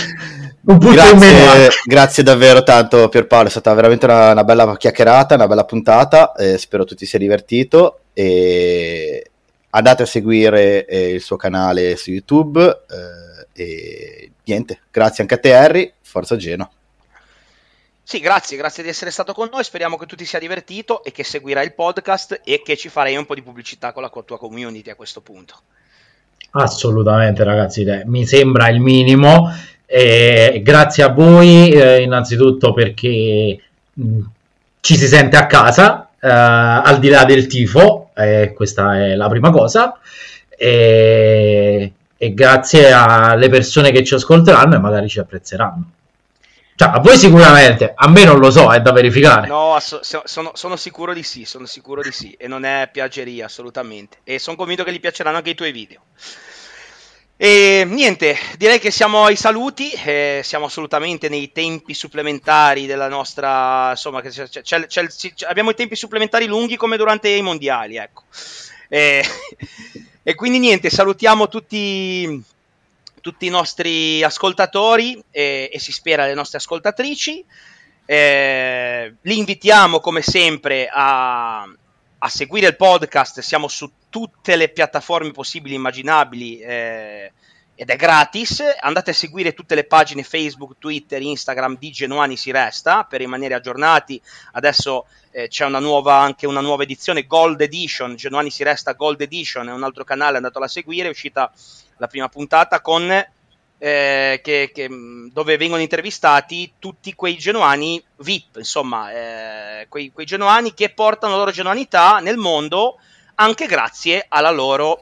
Grazie davvero tanto Pierpaolo, è stata veramente una bella chiacchierata, una bella puntata, spero tu ti sia divertito e andate a seguire il suo canale su YouTube e niente, grazie anche a te Harry, forza Genoa. Sì, grazie di essere stato con noi, speriamo che tu ti sia divertito e che seguirai il podcast e che ci farai un po' di pubblicità con la tua community a questo punto. Assolutamente ragazzi, mi sembra il minimo. Grazie a voi innanzitutto perché ci si sente a casa, al di là del tifo, questa è la prima cosa, e grazie alle persone che ci ascolteranno e magari ci apprezzeranno. Cioè, a voi sicuramente, a me non lo so, è da verificare. No, sono sicuro di sì, e non è piaggeria assolutamente, e sono convinto che gli piaceranno anche i tuoi video. E niente, direi che siamo ai saluti, siamo assolutamente nei tempi supplementari della nostra, insomma, abbiamo i tempi supplementari lunghi come durante i mondiali, ecco. E quindi niente, salutiamo tutti i nostri ascoltatori e si spera le nostre ascoltatrici. Li invitiamo come sempre a seguire il podcast, siamo su tutte le piattaforme possibili e immaginabili, ed è gratis. Andate a seguire tutte le pagine Facebook, Twitter, Instagram di Genuani si resta per rimanere aggiornati. Adesso c'è anche una nuova edizione, Gold Edition, Genuani si resta Gold Edition, è un altro canale, andatelo a seguire, è uscita la prima puntata con dove vengono intervistati tutti quei genuani VIP, insomma, quei genuani che portano la loro genuanità nel mondo anche grazie alla loro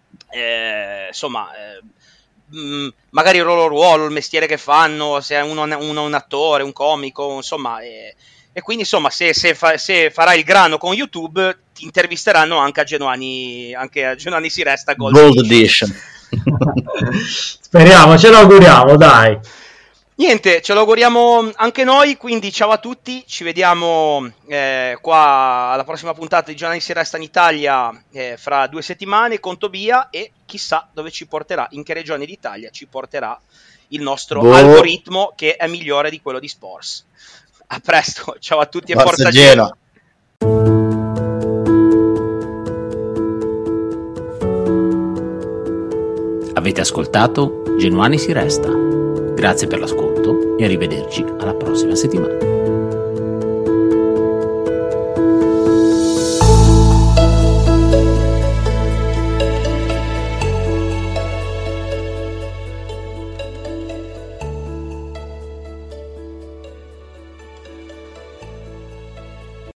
magari il loro ruolo, il mestiere che fanno, se uno è un attore, un comico, insomma, e quindi insomma se farai il grano con YouTube ti intervisteranno anche a Genuani si resta Gold Edition. Speriamo, ce lo auguriamo, dai. Niente, ce lo auguriamo anche noi, quindi ciao a tutti, ci vediamo qua alla prossima puntata di Genuani si resta in Italia fra 2 settimane con Tobia, e chissà dove ci porterà, in che regione d'Italia ci porterà il nostro algoritmo, che è migliore di quello di Sports. A presto, ciao a tutti e forza Genoa. Avete ascoltato Genuani si resta. Grazie per l'ascolto e arrivederci alla prossima settimana.